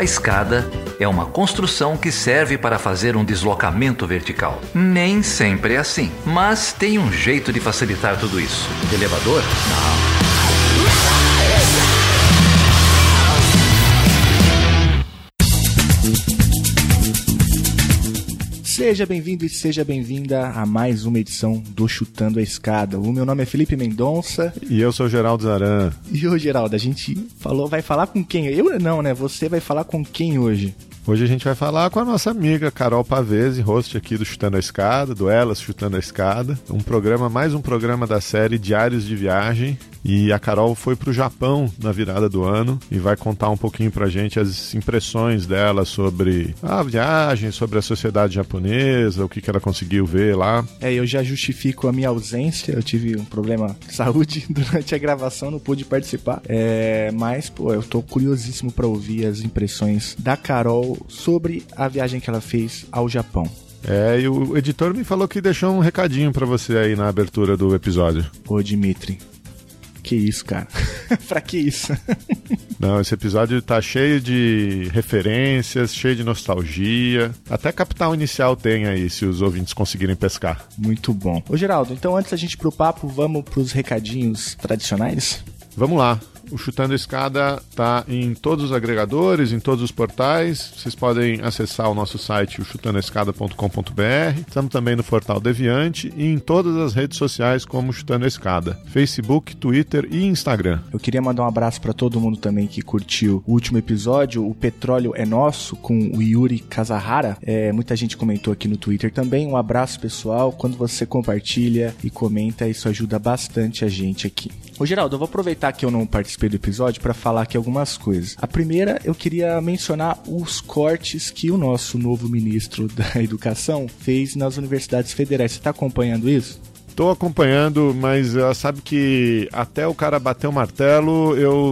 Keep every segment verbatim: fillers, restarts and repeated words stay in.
escada é uma construção que serve para fazer um deslocamento vertical. Nem sempre é assim, mas tem um jeito de facilitar tudo isso. De elevador? Não. Seja bem-vindo e seja bem-vinda a mais uma edição do Chutando a Escada. O meu nome é Felipe Mendonça. E eu sou o Geraldo Zaran. E ô, Geraldo, a gente falou, vai falar com quem? Eu não, né? Você vai falar com quem hoje? Hoje a gente vai falar com a nossa amiga Carol Pavese, host aqui do Chutando a Escada, do Elas Chutando a Escada. Um programa, mais um programa da série Diários de Viagem. E a Carol foi pro Japão na virada do ano e vai contar um pouquinho pra gente as impressões dela sobre a viagem, sobre a sociedade japonesa, o que, que ela conseguiu ver lá. É, eu já justifico a minha ausência, eu tive um problema de saúde durante a gravação, não pude participar. É, mas, pô, eu tô curiosíssimo pra ouvir as impressões da Carol sobre a viagem que ela fez ao Japão. É, e o editor me falou que deixou um recadinho pra você aí na abertura do episódio. Ô, Dimitri. Que isso, cara? Pra que isso? Não, esse episódio tá cheio de referências, cheio de nostalgia. Até Capital Inicial tem aí, se os ouvintes conseguirem pescar. Muito bom. Ô, Geraldo, então antes da gente ir pro papo, vamos pros recadinhos tradicionais? Vamos lá. O Chutando a Escada está em todos os agregadores, em todos os portais. Vocês podem acessar o nosso site, o chutando a escada ponto com ponto b r. Estamos também no Portal Deviante e em todas as redes sociais como Chutando a Escada. Facebook, Twitter e Instagram. Eu queria mandar um abraço para todo mundo também que curtiu o último episódio, O Petróleo é Nosso, com o Yuri Kazahara. É, muita gente comentou aqui no Twitter também. Um abraço, pessoal. Quando você compartilha e comenta, isso ajuda bastante a gente aqui. Ô, Geraldo, eu vou aproveitar que eu não participei do episódio para falar aqui algumas coisas. A primeira, eu queria mencionar os cortes que o nosso novo ministro da Educação fez nas universidades federais. Você está acompanhando isso? Tô acompanhando, mas uh, sabe que até o cara bater o martelo, eu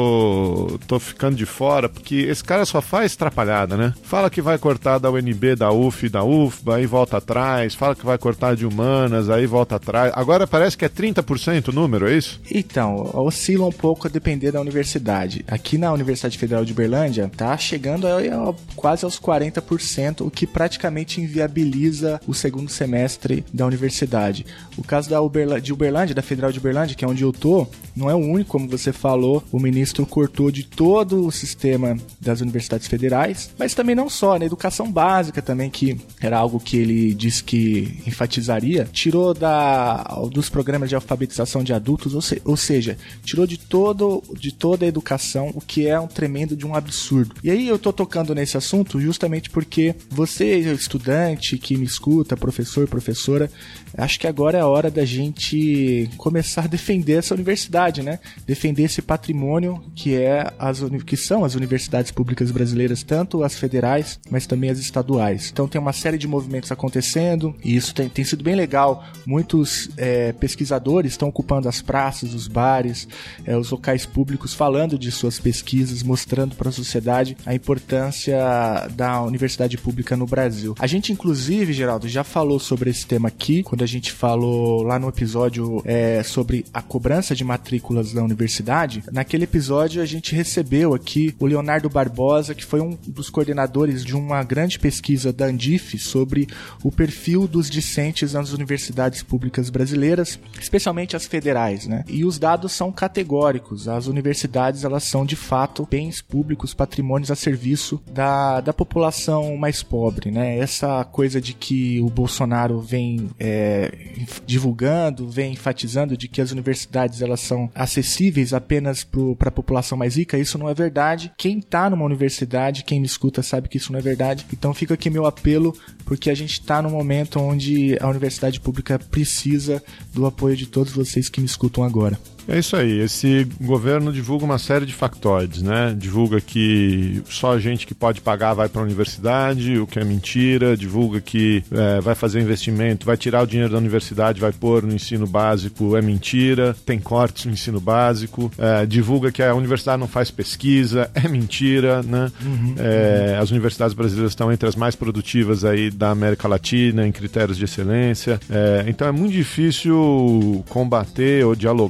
tô, tô ficando de fora, porque esse cara só faz atrapalhada, né? Fala que vai cortar da U N B, da U F, da U F B A, aí volta atrás. Fala que vai cortar de Humanas, aí volta atrás. Agora parece que é trinta por cento o número, é isso? Então, oscila um pouco a depender da universidade. Aqui na Universidade Federal de Uberlândia, tá chegando a, a, quase aos quarenta por cento, o que praticamente inviabiliza o segundo semestre da universidade. O caso da Uberla- de Uberlândia, da Federal de Uberlândia, que é onde eu tô, não é o único, como você falou. O ministro cortou de todo o sistema das universidades federais, mas também não só, na educação básica também, que era algo que ele disse que enfatizaria, tirou da, dos programas de alfabetização de adultos, ou, se, ou seja, tirou de, todo, de toda a educação, o que é um tremendo de um absurdo. E aí eu tô tocando nesse assunto justamente porque você, estudante que me escuta, professor, professora, acho que agora é a hora da gente começar a defender essa universidade, né? Defender esse patrimônio que, é as, que são as universidades públicas brasileiras, tanto as federais, mas também as estaduais. Então tem uma série de movimentos acontecendo e isso tem, tem sido bem legal. Muitos é, pesquisadores estão ocupando as praças, os bares, é, os locais públicos, falando de suas pesquisas, mostrando para a sociedade a importância da universidade pública no Brasil. A gente, inclusive, Geraldo, já falou sobre esse tema aqui, quando a gente falou lá no episódio é, sobre a cobrança de matrículas da universidade. Naquele episódio a gente recebeu aqui o Leonardo Barbosa, que foi um dos coordenadores de uma grande pesquisa da Andif sobre o perfil dos discentes nas universidades públicas brasileiras, especialmente as federais, né? E os dados são categóricos. As universidades, elas são de fato bens públicos, patrimônios a serviço da, da população mais pobre, né? Essa coisa de que o Bolsonaro vem é, divulgando, vem enfatizando de que as universidades elas são acessíveis apenas para a população mais rica, isso não é verdade. Quem está numa universidade, quem me escuta sabe que isso não é verdade. Então fica aqui meu apelo, porque a gente está num momento onde a universidade pública precisa do apoio de todos vocês que me escutam agora. É isso aí, esse governo divulga uma série de factoides, né? Divulga que só a gente que pode pagar vai para a universidade, o que é mentira, divulga que é, vai fazer investimento, vai tirar o dinheiro da universidade, vai pôr no ensino básico, é mentira, tem cortes no ensino básico, é, divulga que a universidade não faz pesquisa, é mentira, né? Uhum, é, uhum. As universidades brasileiras estão entre as mais produtivas aí da América Latina, em critérios de excelência, é, então é muito difícil combater ou dialogar com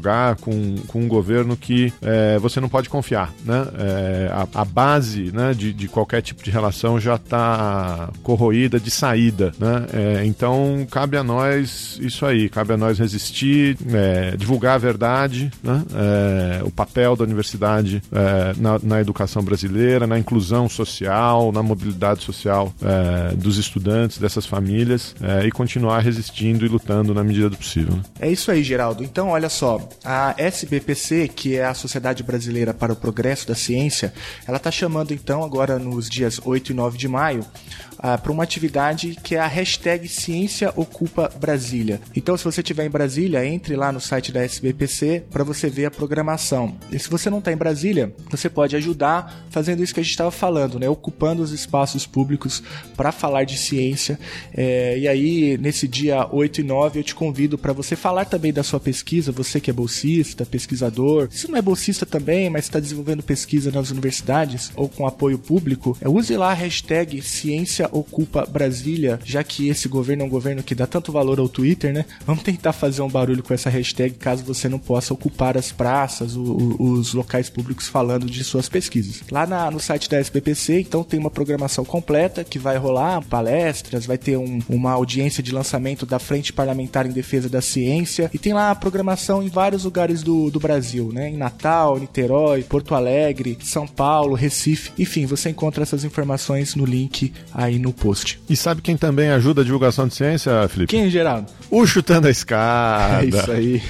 com, com um governo que é, você não pode confiar, né? É, a, a base, né, de, de qualquer tipo de relação já está corroída de saída, né? É, então cabe a nós isso aí, cabe a nós resistir, é, divulgar a verdade, né? É, o papel da universidade é, na, na educação brasileira, na inclusão social, na mobilidade social é, dos estudantes, dessas famílias, é, e continuar resistindo e lutando na medida do possível, né? É isso aí, Geraldo. Então, olha só, a S B P C, que é a Sociedade Brasileira para o Progresso da Ciência, ela está chamando então agora nos dias oito e nove de maio Uh, para uma atividade que é a hashtag Ciência Ocupa Brasília. Então, se você estiver em Brasília, entre lá no site da S B P C para você ver a programação. E se você não está em Brasília, você pode ajudar fazendo isso que a gente estava falando, né? Ocupando os espaços públicos para falar de ciência. É, e aí, nesse dia oito e nove, eu te convido para você falar também da sua pesquisa, você que é bolsista, pesquisador. Se não é bolsista também, mas está desenvolvendo pesquisa nas universidades ou com apoio público, é, use lá a hashtag Ciência Ocupa Brasília, já que esse governo é um governo que dá tanto valor ao Twitter, né? Vamos tentar fazer um barulho com essa hashtag caso você não possa ocupar as praças, o, o, os locais públicos falando de suas pesquisas. Lá na, no site da S B P C, então, tem uma programação completa que vai rolar palestras, vai ter um, uma audiência de lançamento da Frente Parlamentar em Defesa da Ciência e tem lá a programação em vários lugares do, do Brasil, né? Em Natal, Niterói, Porto Alegre, São Paulo, Recife, enfim, você encontra essas informações no link aí no post. E sabe quem também ajuda a divulgação de ciência, Felipe? Quem, Geraldo? O Chutando a Escada. É isso aí.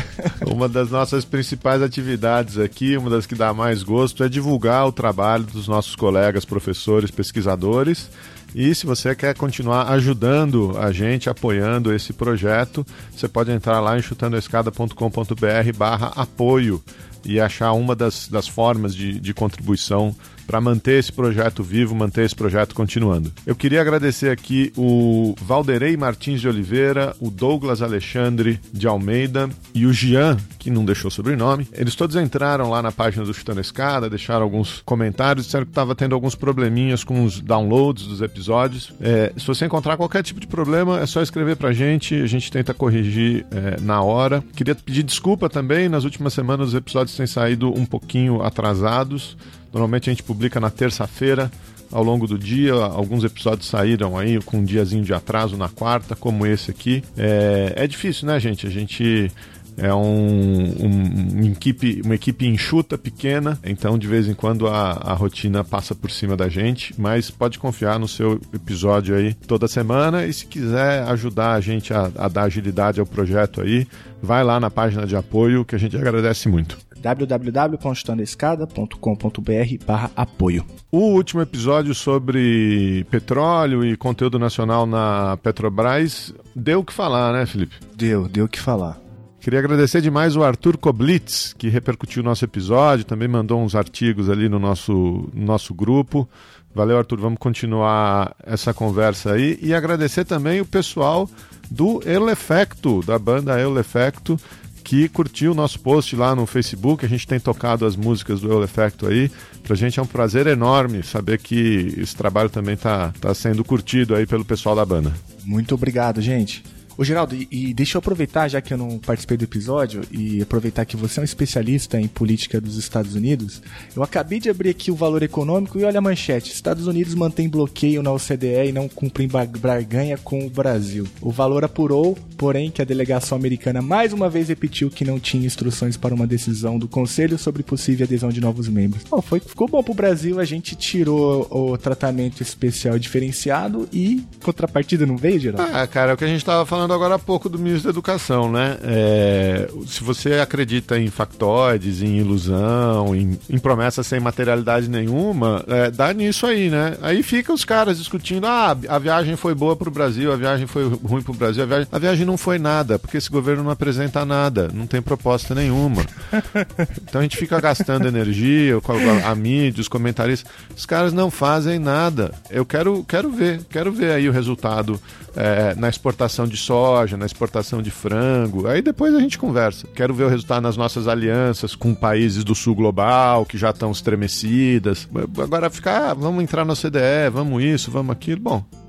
Uma das nossas principais atividades aqui, uma das que dá mais gosto, é divulgar o trabalho dos nossos colegas, professores, pesquisadores. E se você quer continuar ajudando a gente, apoiando esse projeto, você pode entrar lá em chutando a escada ponto com ponto b r barra apoio e achar uma das, das formas de, de contribuição para manter esse projeto vivo, manter esse projeto continuando. Eu queria agradecer aqui o Valderei Martins de Oliveira, o Douglas Alexandre de Almeida e o Jean, que não deixou sobrenome. Eles todos entraram lá na página do Chutando a Escada, deixaram alguns comentários, disseram que estava tendo alguns probleminhas com os downloads dos episódios. É, se você encontrar qualquer tipo de problema, é só escrever pra gente, a gente tenta corrigir é, na hora. Queria pedir desculpa também, nas últimas semanas os episódios têm saído um pouquinho atrasados. Normalmente a gente publica na terça-feira, ao longo do dia. Alguns episódios saíram aí com um diazinho de atraso na quarta, como esse aqui. É, é difícil, né, gente? A gente é um, um, uma, equipe, uma equipe enxuta, pequena, então de vez em quando a, a rotina passa por cima da gente, mas pode confiar no seu episódio aí toda semana. E se quiser ajudar a gente a, a dar agilidade ao projeto aí, vai lá na página de apoio, que a gente agradece muito. w w w ponto chutando a escada ponto com ponto b r barra apoio. O último episódio sobre petróleo e conteúdo nacional na Petrobras deu o que falar, né, Felipe? Deu, deu o que falar. Queria agradecer demais o Arthur Koblitz, que repercutiu o nosso episódio, também mandou uns artigos ali no nosso, no nosso grupo. Valeu, Arthur, vamos continuar essa conversa aí. E agradecer também o pessoal do El Efecto, da banda El Efecto, que curtiu o nosso post lá no Facebook. A gente tem tocado as músicas do El Efecto aí. Pra gente é um prazer enorme saber que esse trabalho também tá, tá sendo curtido aí pelo pessoal da banda. Muito obrigado, gente. Ô Geraldo, e, e deixa eu aproveitar, já que eu não participei do episódio, e aproveitar que você é um especialista em política dos Estados Unidos. Eu acabei de abrir aqui o Valor Econômico e olha a manchete: Estados Unidos mantém bloqueio na O C D E e não cumpre barganha com o Brasil. O Valor apurou, porém, que a delegação americana mais uma vez repetiu que não tinha instruções para uma decisão do Conselho sobre possível adesão de novos membros. Bom, foi, ficou bom pro Brasil, a gente tirou o tratamento especial diferenciado e contrapartida não veio, Geraldo? Ah, cara, é o que a gente tava falando agora há pouco do ministro da Educação, né? É, se você acredita em factoides, em ilusão, em, em promessas sem materialidade nenhuma, é, dá nisso aí, né? Aí fica os caras discutindo: ah, a viagem foi boa pro Brasil, a viagem foi ruim pro Brasil, a viagem, a viagem não foi nada, porque esse governo não apresenta nada, não tem proposta nenhuma. Então a gente fica gastando energia, a, a mídia, os comentaristas, os caras não fazem nada. Eu quero, quero ver, quero ver aí o resultado é, na exportação de soja, na exportação de frango, aí depois a gente conversa. Quero ver o resultado nas nossas alianças com países do sul global, que já estão estremecidas. Agora ficar, ah, vamos entrar na O C D E, vamos isso, vamos aquilo, bom,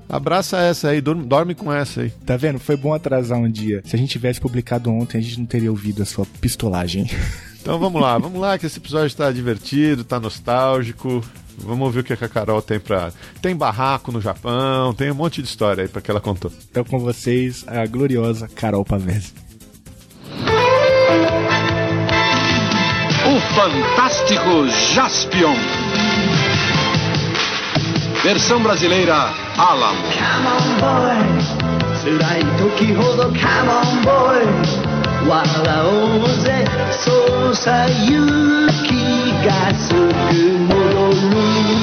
Abraça essa aí, dorme, dorme com essa aí. Tá vendo? Foi bom atrasar um dia. Se a gente tivesse publicado ontem, a gente não teria ouvido a sua pistolagem. Então vamos lá, vamos lá que esse episódio tá divertido, tá nostálgico. Vamos ouvir o que a Carol tem pra... Tem barraco no Japão, tem um monte de história aí pra que ela contou. Então com vocês, a gloriosa Carol Pavese. O Fantástico Jaspion. Versão brasileira, Alamo. Come on boy, tsurai toki hodo come on boy. Waraoze, so sa yuki ga sugu modoru.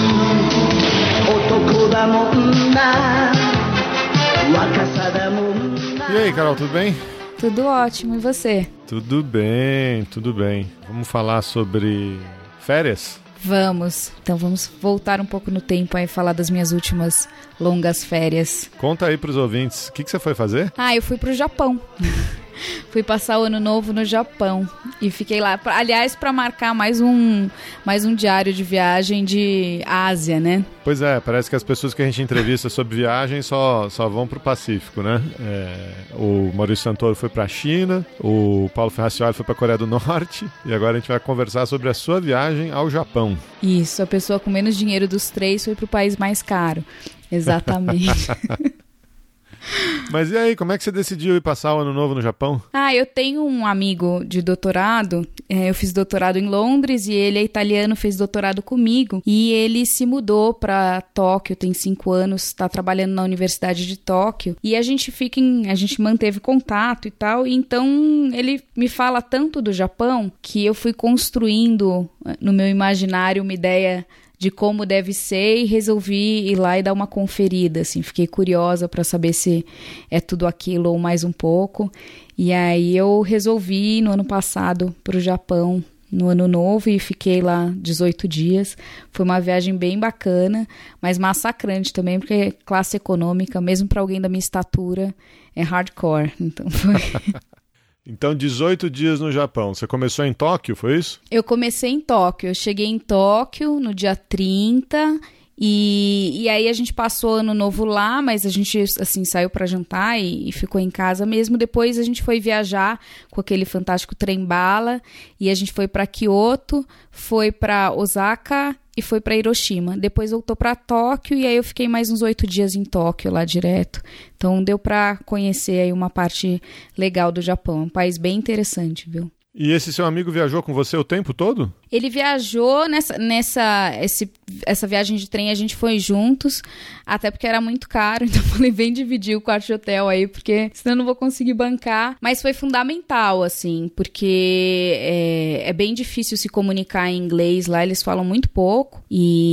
Otoko da monna, wakasa da monna. E aí, Carol, tudo bem? Tudo ótimo, e você? Tudo bem, tudo bem. Vamos falar sobre férias? Vamos. Então vamos voltar um pouco no tempo aí e falar das minhas últimas longas férias. Conta aí pros ouvintes, o que, que você foi fazer? Ah, eu fui pro Japão. Fui passar o ano novo no Japão e fiquei lá, aliás, para marcar mais um, mais um diário de viagem de Ásia, né? Pois é, parece que as pessoas que a gente entrevista sobre viagem só, só vão pro Pacífico, né? É, o Maurício Santoro foi pra China, o Paulo Ferracioli foi pra Coreia do Norte e agora a gente vai conversar sobre a sua viagem ao Japão. Isso, a pessoa com menos dinheiro dos três foi pro país mais caro. Exatamente. Mas e aí, como é que você decidiu ir passar o ano novo no Japão? Ah, eu tenho um amigo de doutorado, é, eu fiz doutorado em Londres e ele é italiano, fez doutorado comigo e ele se mudou para Tóquio, tem cinco anos, está trabalhando na Universidade de Tóquio e a gente fica em, a gente manteve contato e tal, e então ele me fala tanto do Japão que eu fui construindo no meu imaginário uma ideia de como deve ser e resolvi ir lá e dar uma conferida, assim, fiquei curiosa para saber se é tudo aquilo ou mais um pouco, e aí eu resolvi no ano passado para o Japão, no ano novo, e fiquei lá dezoito dias, foi uma viagem bem bacana, mas massacrante também, porque classe econômica, mesmo para alguém da minha estatura, é hardcore, então foi... Então, dezoito dias no Japão. Você começou em Tóquio, foi isso? Eu comecei em Tóquio. Eu cheguei em Tóquio no dia trinta e, e aí a gente passou ano novo lá, mas a gente, assim, saiu para jantar e, e ficou em casa mesmo. Depois a gente foi viajar com aquele fantástico trem-bala e a gente foi para Kyoto, foi para Osaka e foi para Hiroshima. Depois voltou para Tóquio e aí eu fiquei mais uns oito dias em Tóquio lá direto. Então deu para conhecer aí uma parte legal do Japão. É um país bem interessante, viu? E esse seu amigo viajou com você o tempo todo? Ele viajou nessa, nessa esse, essa viagem de trem, a gente foi juntos, até porque era muito caro, então eu falei, vem dividir o quarto de hotel aí, porque senão eu não vou conseguir bancar. Mas foi fundamental, assim, porque é, é bem difícil se comunicar em inglês lá, eles falam muito pouco,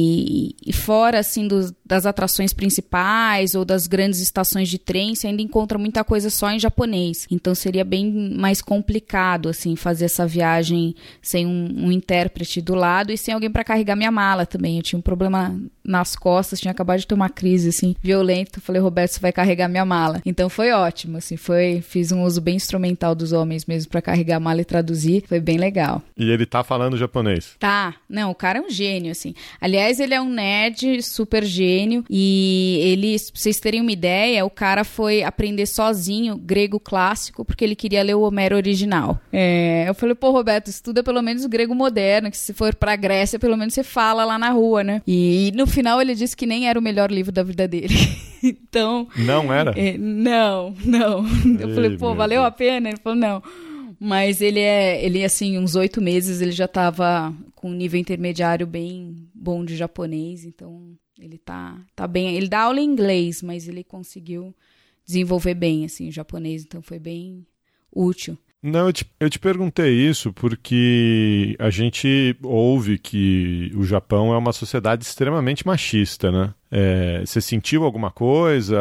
e, e fora, assim, dos, das atrações principais ou das grandes estações de trem, você ainda encontra muita coisa só em japonês. Então seria bem mais complicado, assim, fazer essa viagem sem um, um intérprete do lado e sem alguém para carregar minha mala também. Eu tinha um problema nas costas, tinha acabado de ter uma crise, assim, violenta. Eu falei, Roberto, você vai carregar minha mala. Então foi ótimo, assim, foi, fiz um uso bem instrumental dos homens mesmo para carregar a mala e traduzir. Foi bem legal. E ele tá falando japonês? Tá. Não, o cara é um gênio, assim. Aliás, ele é um nerd, super gênio, e ele, pra vocês terem uma ideia, o cara foi aprender sozinho grego clássico porque ele queria ler o Homero original. É, eu falei, pô, Roberto, estuda pelo menos o grego moderno, que se for pra Grécia, pelo menos você fala lá na rua, né? E, e no final ele disse que nem era o melhor livro da vida dele. Então... Não era? É, não, não. Eu Ei, falei, pô, valeu Deus. a pena? Ele falou, não. Mas ele é, ele assim, uns oito meses ele já tava com um nível intermediário bem bom de japonês, então ele tá, tá bem. Ele dá aula em inglês, mas ele conseguiu desenvolver bem, assim, o japonês, então foi bem útil. Não, eu te, eu te perguntei isso porque a gente ouve que o Japão é uma sociedade extremamente machista, né? É, você sentiu alguma coisa?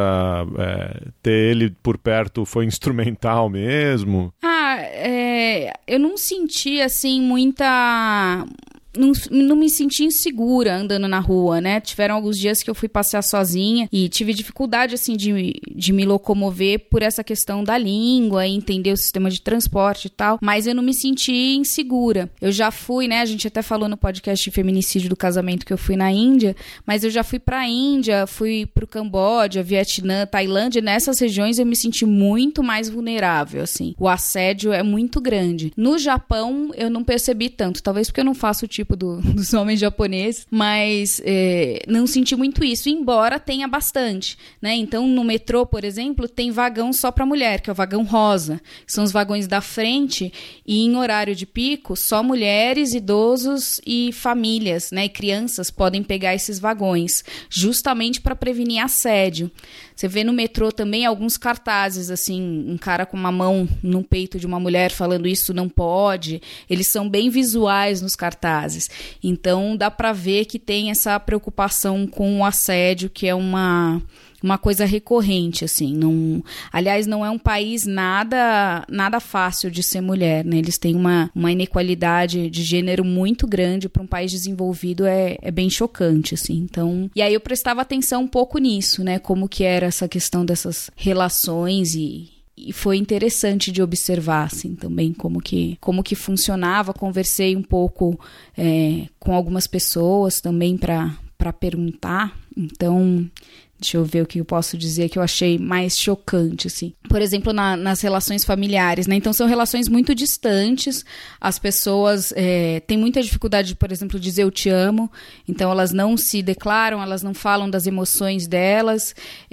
É, ter ele por perto foi instrumental mesmo? Ah, é, eu não senti, assim, muita... não, não me senti insegura andando na rua, né? Tiveram alguns dias que eu fui passear sozinha e tive dificuldade, assim, de, de me locomover por essa questão da língua e entender o sistema de transporte e tal, mas eu não me senti insegura. Eu já fui, né? A gente até falou no podcast de feminicídio do casamento que eu fui na Índia, mas eu já fui pra Índia, fui pro Camboja, Vietnã, Tailândia. Nessas regiões eu me senti muito mais vulnerável, assim. O assédio é muito grande. No Japão, eu não percebi tanto, talvez porque eu não faço o tipo do, dos homens japoneses, mas é, não senti muito isso, embora tenha bastante, né? Então, no metrô, por exemplo, tem vagão só pra mulher, que é o vagão rosa, que são os vagões da frente, e em horário de pico, só mulheres, idosos e famílias, né, e crianças podem pegar esses vagões, justamente para prevenir assédio. Você vê no metrô também alguns cartazes, assim, um cara com uma mão no peito de uma mulher falando isso não pode. Eles são bem visuais nos cartazes. Então, dá para ver que tem essa preocupação com o assédio, que é uma... uma coisa recorrente, assim. Não, aliás, não é um país nada, nada fácil de ser mulher, né? Eles têm uma, uma inequalidade de gênero muito grande. Para um país desenvolvido é, é bem chocante, assim. Então, e aí eu prestava atenção um pouco nisso, né? Como que era essa questão dessas relações e... E foi interessante de observar, assim, também como que, como que funcionava. Conversei um pouco é, com algumas pessoas também para para perguntar. Então, deixa eu ver o que eu posso dizer que eu achei mais chocante, assim. Por exemplo, na, nas relações familiares, né? Então, são relações muito distantes. As pessoas é, têm muita dificuldade, por exemplo, de dizer eu te amo. Então, elas não se declaram, elas não falam das emoções delas.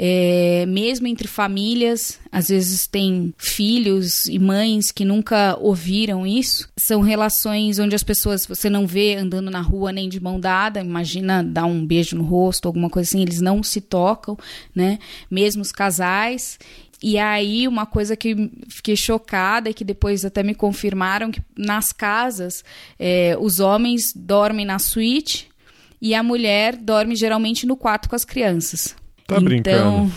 É, mesmo entre famílias, às vezes tem filhos e mães que nunca ouviram isso. São relações onde as pessoas, você não vê andando na rua nem de mão dada. Imagina dar um beijo no rosto, alguma coisa assim. Eles não se tocam, né? Mesmo os casais. E aí, uma coisa que fiquei chocada e que depois até me confirmaram, que nas casas, é, os homens dormem na suíte e a mulher dorme geralmente no quarto com as crianças. Tá então... brincando.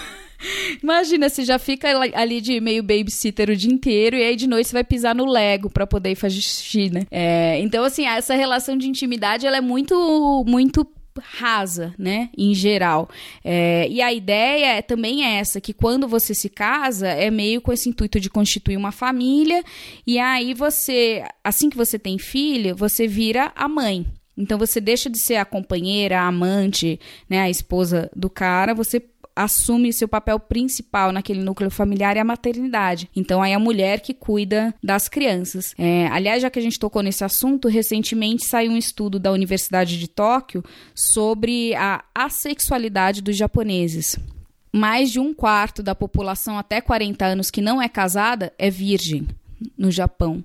Imagina, você já fica ali de meio babysitter o dia inteiro e aí de noite você vai pisar no Lego pra poder ir fazer xixi, né? É, então, assim, essa relação de intimidade, ela é muito, muito rasa, né, em geral. É, e a ideia é, também é essa, que quando você se casa, é meio com esse intuito de constituir uma família, e aí você, assim que você tem filho, você vira a mãe. Então você deixa de ser a companheira, a amante, né, a esposa do cara, você assume seu papel principal naquele núcleo familiar, é a maternidade. Então, aí é a mulher que cuida das crianças. É, aliás, já que a gente tocou nesse assunto, recentemente saiu um estudo da Universidade de Tóquio sobre a assexualidade dos japoneses. Mais de um quarto da população até quarenta anos que não é casada é virgem no Japão.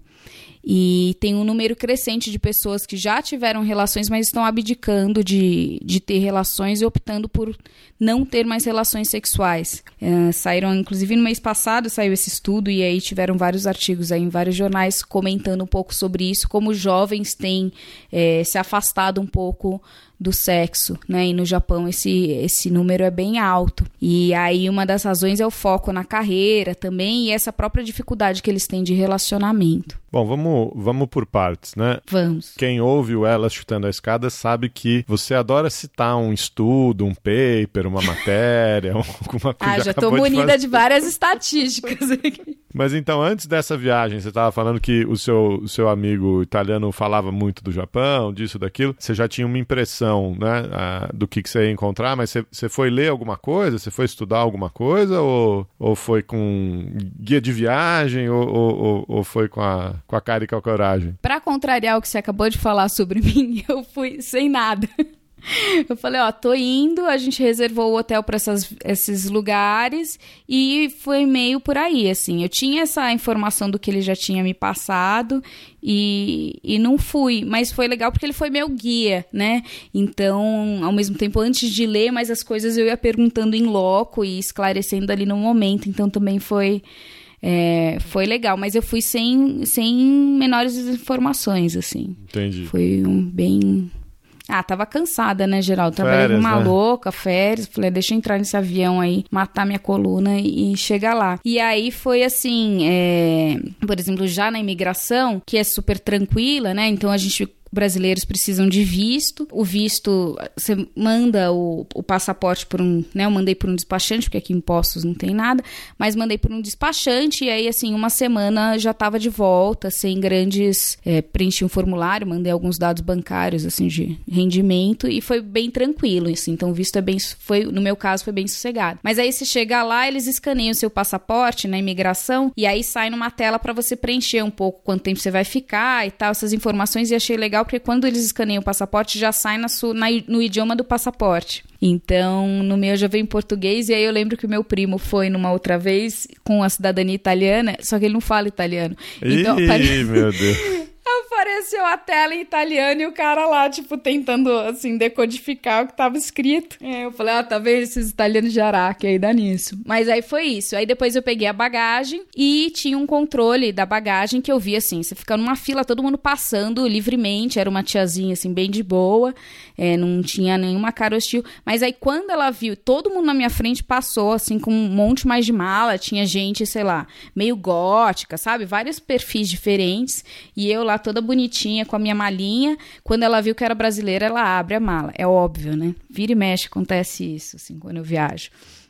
E tem um número crescente de pessoas que já tiveram relações, mas estão abdicando de, de ter relações e optando por não ter mais relações sexuais. É, saíram, inclusive no mês passado saiu esse estudo e aí tiveram vários artigos aí em vários jornais comentando um pouco sobre isso, como jovens têm é, se afastado um pouco do sexo, né? E no Japão esse, esse número é bem alto. E aí uma das razões é o foco na carreira também e essa própria dificuldade que eles têm de relacionamento. Bom, vamos, vamos por partes, né? Vamos. Quem ouve o Elas Chutando a Escada sabe que você adora citar um estudo, um paper, uma matéria, alguma coisa. Ah, já estou munida de, de várias estatísticas aqui. Mas então, antes dessa viagem, você estava falando que o seu, o seu amigo italiano falava muito do Japão, disso, daquilo. Você já tinha uma impressão, né, uh, do que, que você ia encontrar, mas você, você foi ler alguma coisa? Você foi estudar alguma coisa? Ou, ou foi com guia de viagem? Ou, ou, ou foi com a, com a cara e com a coragem? Para contrariar o que você acabou de falar sobre mim, eu fui sem nada. Eu falei, ó, tô indo, a gente reservou o hotel para esses lugares e foi meio por aí, assim. Eu tinha essa informação do que ele já tinha me passado e, e não fui, mas foi legal porque ele foi meu guia, né? Então, ao mesmo tempo, antes de ler, mas as coisas eu ia perguntando em loco e esclarecendo ali no momento, então também foi... É, foi legal, mas eu fui sem, sem menores informações, assim. Entendi. Foi um bem... Ah, tava cansada, né, Geraldo? Trabalhei com uma né? louca, férias. Falei, deixa eu entrar nesse avião aí, matar minha coluna e, e chegar lá. E aí foi assim, é... por exemplo, já na imigração, que é super tranquila, né? Então a gente brasileiros precisam de visto. O visto, você manda o, o passaporte por um, né, eu mandei por um despachante, porque aqui em Poços não tem nada, mas mandei por um despachante e aí, assim, uma semana já estava de volta, sem grandes, é, preenchi um formulário, mandei alguns dados bancários, assim, de rendimento e foi bem tranquilo, assim, então o visto é bem, foi, no meu caso, foi bem sossegado. Mas aí você chega lá, eles escaneiam o seu passaporte na imigração e aí sai numa tela para você preencher um pouco quanto tempo você vai ficar e tal, essas informações, e achei legal porque quando eles escaneiam o passaporte já sai na sua, na, no idioma do passaporte. Então, no meu já veio em português, e aí eu lembro que o meu primo foi numa outra vez com a cidadania italiana, só que ele não fala italiano. Então, Ih, apare... meu Deus. Apareceu a tela em italiano e o cara lá, tipo, tentando, assim, decodificar o que tava escrito. É, eu falei, ah, tá vendo esses italianos de Araque aí, dá nisso. Mas aí foi isso. Aí depois eu peguei a bagagem e tinha um controle da bagagem que eu vi, assim, você fica numa fila, todo mundo passando livremente, era uma tiazinha, assim, bem de boa, é, não tinha nenhuma cara hostil. Mas aí quando ela viu, todo mundo na minha frente passou, assim, com um monte mais de mala, tinha gente, sei lá, meio gótica, sabe? Vários perfis diferentes, e eu lá toda bonitinha com a minha malinha. Quando ela viu que era brasileira, ela abre a mala. É óbvio, né? Vira e mexe, acontece isso, assim, quando eu viajo.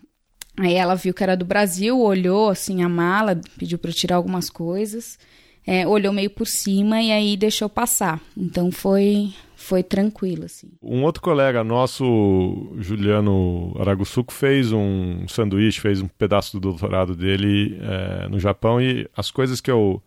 Aí ela viu que era do Brasil, olhou, assim, a mala, pediu para eu tirar algumas coisas, é, olhou meio por cima e aí deixou passar. Então foi... Foi tranquilo, assim. Um outro colega nosso, Juliano Aragusuco, fez um sanduíche, fez um pedaço do doutorado dele é, no Japão, e as coisas que eu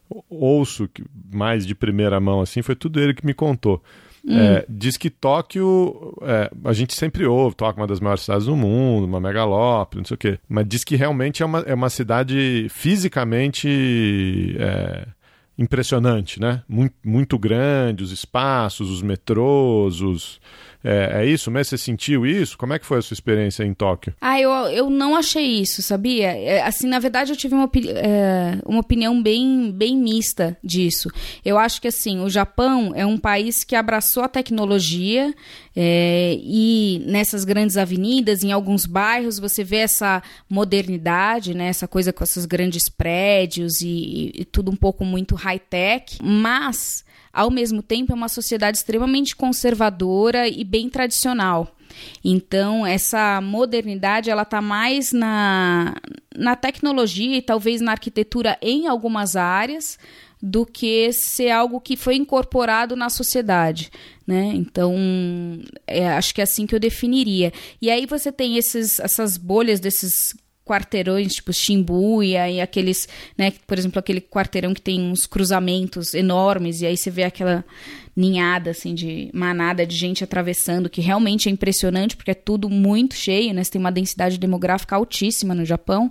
ouço mais de primeira mão, assim, foi tudo ele que me contou. Hum. É, diz que Tóquio, é, a gente sempre ouve, Tóquio é uma das maiores cidades do mundo, uma megalópole, não sei o quê, mas diz que realmente é uma, é uma cidade fisicamente... É, impressionante, né? Muito, muito grande, os espaços, os metrôs, os... É, é isso mesmo? Você sentiu isso? Como é que foi a sua experiência em Tóquio? Ah, eu, eu não achei isso, sabia? É, assim, na verdade, eu tive uma, é, uma opinião bem, bem mista disso. Eu acho que, assim, o Japão é um país que abraçou a tecnologia é, e nessas grandes avenidas, em alguns bairros, você vê essa modernidade, né? Essa coisa com esses grandes prédios e, e tudo um pouco muito high-tech, mas... ao mesmo tempo, é uma sociedade extremamente conservadora e bem tradicional. Então, essa modernidade, ela está mais na, na tecnologia e talvez na arquitetura em algumas áreas, do que ser algo que foi incorporado na sociedade, né? Então, é, acho que é assim que eu definiria. E aí você tem esses, essas bolhas desses... quarteirões, tipo Shibuya e aqueles, né, por exemplo, aquele quarteirão que tem uns cruzamentos enormes e aí você vê aquela ninhada, assim, de manada de gente atravessando, que realmente é impressionante, porque é tudo muito cheio, né, você tem uma densidade demográfica altíssima no Japão,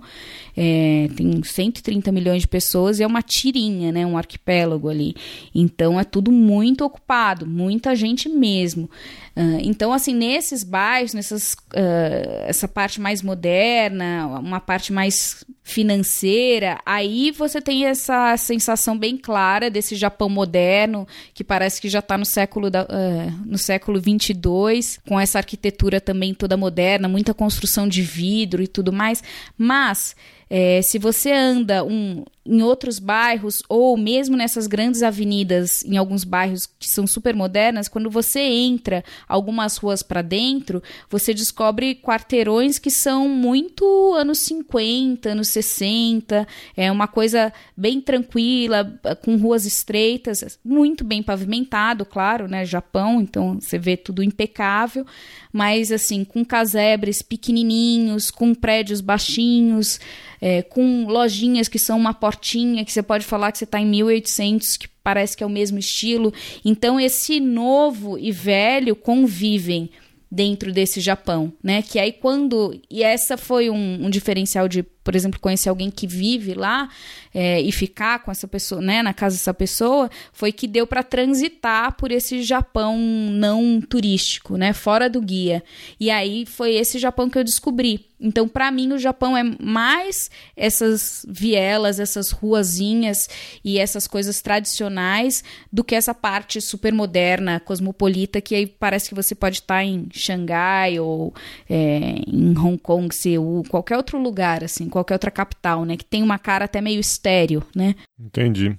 é, tem cento e trinta milhões de pessoas e é uma tirinha, né, um arquipélago ali, então é tudo muito ocupado, muita gente mesmo. Uh, então, assim, nesses bairros, nessas, uh, essa parte mais moderna, uma parte mais financeira, aí você tem essa sensação bem clara desse Japão moderno, que parece que já está no século da, uh, no século vinte e dois, com essa arquitetura também toda moderna, muita construção de vidro e tudo mais, mas... É, se você anda um, em outros bairros ou mesmo nessas grandes avenidas, em alguns bairros que são super modernas, quando você entra algumas ruas para dentro, você descobre quarteirões que são muito anos cinquenta, anos sessenta, é uma coisa bem tranquila, com ruas estreitas, muito bem pavimentado, claro, né, Japão, então você vê tudo impecável, mas assim, com casebres pequenininhos, com prédios baixinhos, É, com lojinhas que são uma portinha, que você pode falar que você está em mil e oitocentos, que parece que é o mesmo estilo. Então, esse novo e velho convivem dentro desse Japão, né? Que aí quando... E essa foi um, um diferencial de, por exemplo, conhecer alguém que vive lá é, e ficar com essa pessoa, né, na casa dessa pessoa, foi que deu para transitar por esse Japão não turístico, né? Fora do guia. E aí foi esse Japão que eu descobri. Então, para mim, o Japão é mais essas vielas, essas ruazinhas e essas coisas tradicionais do que essa parte super moderna, cosmopolita, que aí parece que você pode estar em Xangai ou é, em Hong Kong, Seul, qualquer outro lugar, assim, qualquer outra capital, né? Que tem uma cara até meio estéreo, né? Entendi.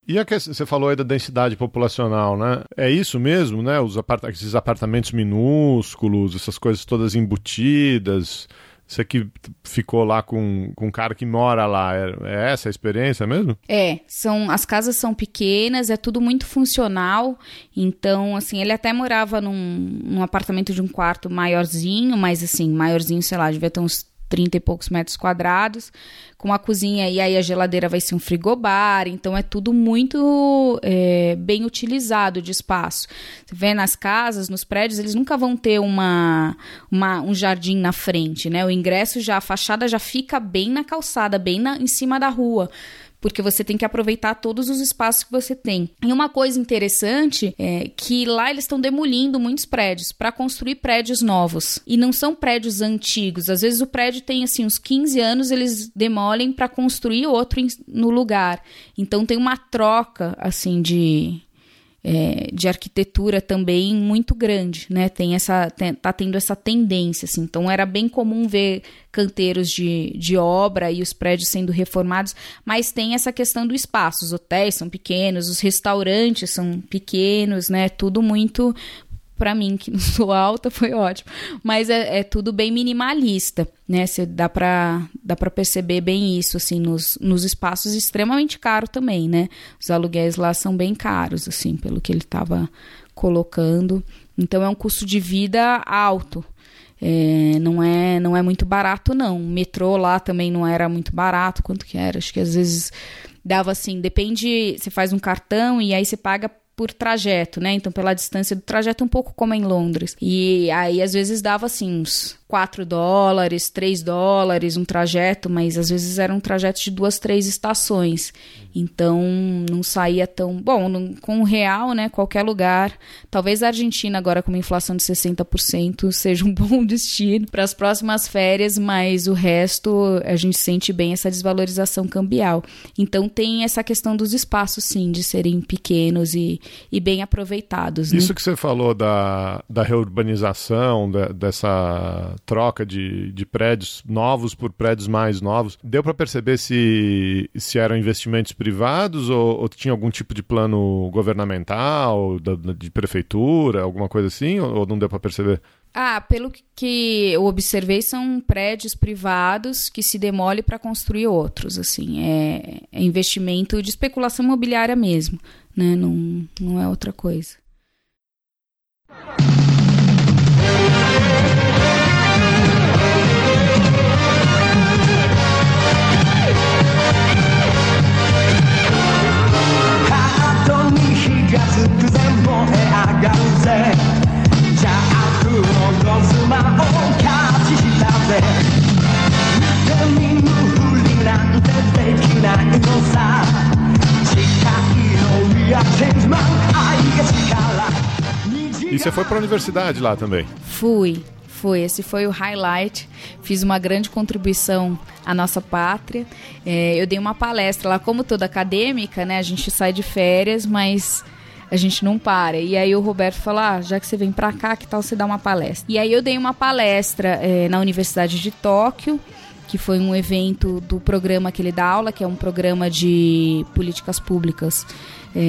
E a que você falou aí da densidade populacional, né? É isso mesmo, né? Os apart- esses apartamentos minúsculos, essas coisas todas embutidas. Você que ficou lá com, com um cara que mora lá, é, é essa a experiência mesmo? É, são, as casas são pequenas, é tudo muito funcional, então, assim, ele até morava num, num apartamento de um quarto maiorzinho, mas, assim, maiorzinho, sei lá, devia ter uns trinta e poucos metros quadrados, com uma cozinha, e aí a geladeira vai ser um frigobar, então é tudo muito é, bem utilizado de espaço. Você vê nas casas, nos prédios, eles nunca vão ter uma, uma, um jardim na frente, né? O ingresso já, a fachada já fica bem na calçada, bem na, em cima da rua, porque você tem que aproveitar todos os espaços que você tem. E uma coisa interessante é que lá eles estão demolindo muitos prédios para construir prédios novos. E não são prédios antigos. Às vezes o prédio tem assim uns quinze anos, eles demolem para construir outro no lugar. Então tem uma troca assim de... É, de arquitetura também muito grande, né? Tem essa, tem, tá tendo essa tendência, assim. Então era bem comum ver canteiros de, de obra e os prédios sendo reformados, mas tem essa questão do espaço. Os hotéis são pequenos, os restaurantes são pequenos, né? Tudo muito... Para mim, que não sou alta, foi ótimo. Mas é, é tudo bem minimalista, né? Cê, dá para dá para perceber bem isso, assim, nos, nos espaços extremamente caro também, né? Os aluguéis lá são bem caros, assim, pelo que ele estava colocando. Então, é um custo de vida alto. É, não, é, não é muito barato, não. O metrô lá também não era muito barato. Quanto que era? Acho que às vezes dava assim, depende, você faz um cartão e aí você paga por trajeto, né? Então, pela distância do trajeto, um pouco como em Londres. E aí, às vezes, dava, assim, uns quatro dólares, três dólares, um trajeto, mas às vezes era um trajeto de duas, três estações. Então, não saía tão... Bom, não, com o real, né? Qualquer lugar. Talvez a Argentina, agora com uma inflação de sessenta por cento, seja um bom destino para as próximas férias, mas o resto, a gente sente bem essa desvalorização cambial. Então, tem essa questão dos espaços, sim, de serem pequenos e, e bem aproveitados. Isso, né? Que você falou da, da reurbanização, da, dessa troca de, de prédios novos por prédios mais novos, deu para perceber se, se eram investimentos privados ou, ou tinha algum tipo de plano governamental, da, de prefeitura, alguma coisa assim, ou, ou não deu para perceber? Ah, pelo que eu observei, são prédios privados que se demolem para construir outros, assim, é, é investimento de especulação imobiliária mesmo, né? Não, não é outra coisa. E você foi para a universidade lá também? Fui, fui. Esse foi o highlight. Fiz uma grande contribuição à nossa pátria. É, eu dei uma palestra lá, como toda acadêmica, né? A gente sai de férias, mas a gente não para. E aí o Roberto falou, ah, já que você vem pra cá, que tal você dar uma palestra? E aí eu dei uma palestra é, na Universidade de Tóquio, que foi um evento do programa que ele dá aula, que é um programa de políticas públicas. É,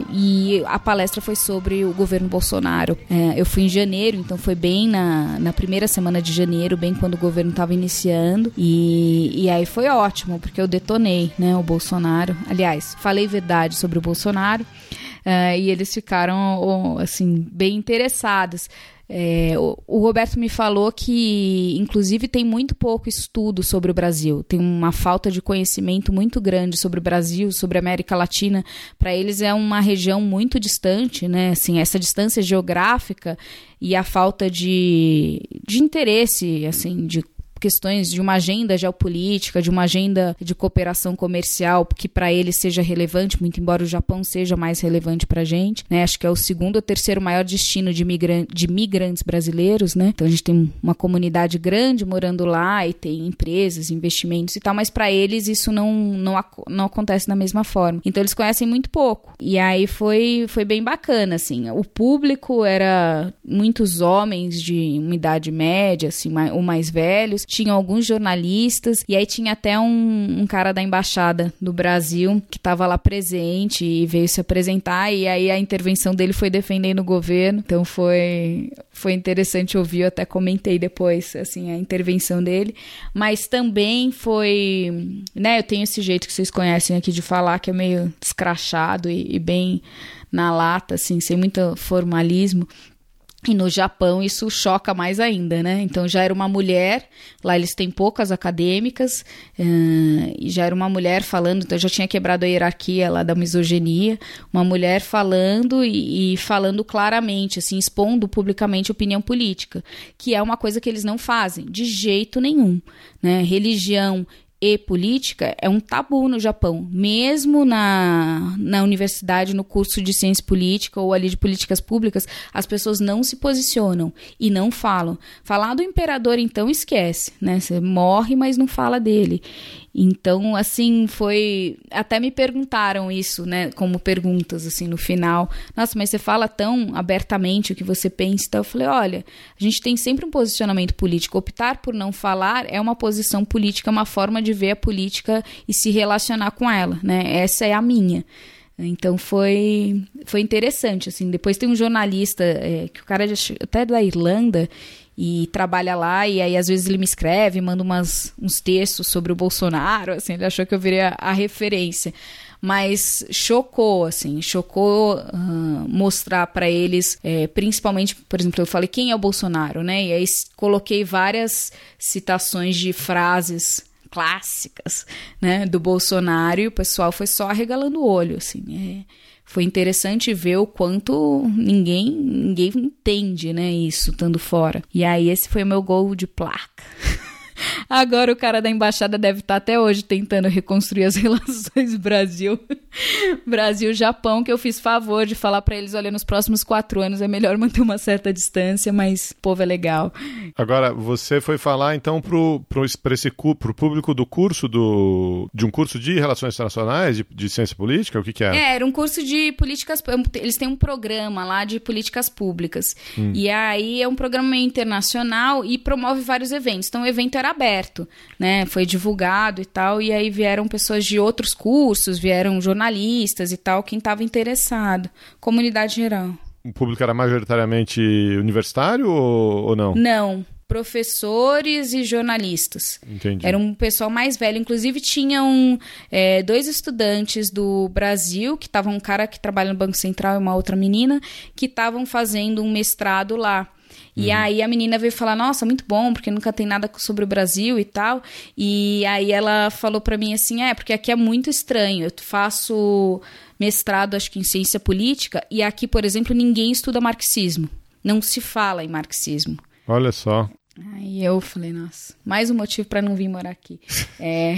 e a palestra foi sobre o governo Bolsonaro. É, eu fui em janeiro, então foi bem na, na primeira semana de janeiro, bem quando o governo estava iniciando. E, e aí foi ótimo, porque eu detonei, né, o Bolsonaro. Aliás, falei verdade sobre o Bolsonaro. Uh, e eles ficaram, assim, bem interessados. É, o, o Roberto me falou que, inclusive, tem muito pouco estudo sobre o Brasil. Tem uma falta de conhecimento muito grande sobre o Brasil, sobre a América Latina. Para eles é uma região muito distante, né? Assim, essa distância geográfica e a falta de, de interesse, assim, de questões de uma agenda geopolítica, de uma agenda de cooperação comercial que para eles seja relevante, muito embora o Japão seja mais relevante para a gente, né? Acho que é o segundo ou terceiro maior destino de, migran- de migrantes brasileiros, né? Então a gente tem uma comunidade grande morando lá e tem empresas, investimentos e tal, mas para eles isso não, não, ac- não acontece da mesma forma. Então eles conhecem muito pouco. E aí foi, foi bem bacana, assim. O público era muitos homens de uma idade média, assim, mais, ou mais velhos. tinham alguns jornalistas, e aí tinha até um, um cara da embaixada do Brasil que estava lá presente e veio se apresentar, e aí a intervenção dele foi defendendo o governo, então foi, foi interessante ouvir, eu até comentei depois, assim, a intervenção dele, mas também foi, né, eu tenho esse jeito que vocês conhecem aqui de falar, que é meio escrachado e, e bem na lata, assim, sem muito formalismo. E no Japão isso choca mais ainda, né? Então já era uma mulher, lá eles têm poucas acadêmicas, uh, e já era uma mulher falando, então já tinha quebrado a hierarquia lá da misoginia, uma mulher falando e, e falando claramente, assim, expondo publicamente opinião política, que é uma coisa que eles não fazem, de jeito nenhum, né? Religião e política é um tabu no Japão, mesmo na, na universidade, no curso de ciência política ou ali de políticas públicas, as pessoas não se posicionam e não falam. Falar do imperador, então, esquece, né? Você morre, mas não fala dele. Então, assim, foi... Até me perguntaram isso, né? Como perguntas, assim, no final. Nossa, mas você fala tão abertamente o que você pensa. Então, eu falei, olha, a gente tem sempre um posicionamento político. Optar por não falar é uma posição política, uma forma de ver a política e se relacionar com ela, né? Essa é a minha. Então, foi, foi interessante, assim. Depois tem um jornalista, é, que o cara é até da Irlanda, e trabalha lá, e aí às vezes ele me escreve, manda umas, uns textos sobre o Bolsonaro, assim, ele achou que eu viria a, a referência, mas chocou, assim, chocou uh, mostrar para eles, é, principalmente, por exemplo, eu falei quem é o Bolsonaro, né, e aí coloquei várias citações de frases clássicas, né, do Bolsonaro, e o pessoal foi só arregalando o olho, assim, é... Foi interessante ver o quanto ninguém, ninguém entende, né, isso, estando fora. E aí esse foi o meu gol de placa. Agora o cara da embaixada deve estar até hoje tentando reconstruir as relações Brasil, Brasil-Japão, que eu fiz favor de falar para eles, olha, nos próximos quatro anos é melhor manter uma certa distância, mas o povo é legal. Agora, você foi falar então pro, pro, pra esse, pro público do curso, do, de um curso de Relações Internacionais, de, de Ciência Política, o que que era? É, era um curso de políticas, eles têm um programa lá de políticas públicas, hum. e aí é um programa meio internacional e promove vários eventos, então o evento era aberto, né, foi divulgado e tal, e aí vieram pessoas de outros cursos, vieram jornalistas e tal, quem estava interessado, comunidade geral. O público era majoritariamente universitário ou, ou não? Não, professores e jornalistas. Entendi. Era um pessoal mais velho, inclusive tinham é, dois estudantes do Brasil, que estavam um cara que trabalha no Banco Central e uma outra menina, que estavam fazendo um mestrado lá. E uhum. aí a menina veio falar, nossa, muito bom, porque nunca tem nada sobre o Brasil e tal. E aí ela falou pra mim assim, é, porque aqui é muito estranho, eu faço mestrado, acho que em ciência política, e aqui, por exemplo, ninguém estuda marxismo. Não se fala em marxismo. Olha só. Aí eu falei, nossa, mais um motivo pra não vir morar aqui. É...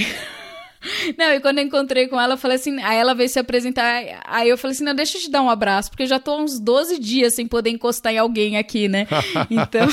Não, e quando eu encontrei com ela, eu falei assim, aí ela veio se apresentar, aí eu falei assim, não, deixa eu te dar um abraço, porque eu já tô há uns doze dias sem poder encostar em alguém aqui, né? Então,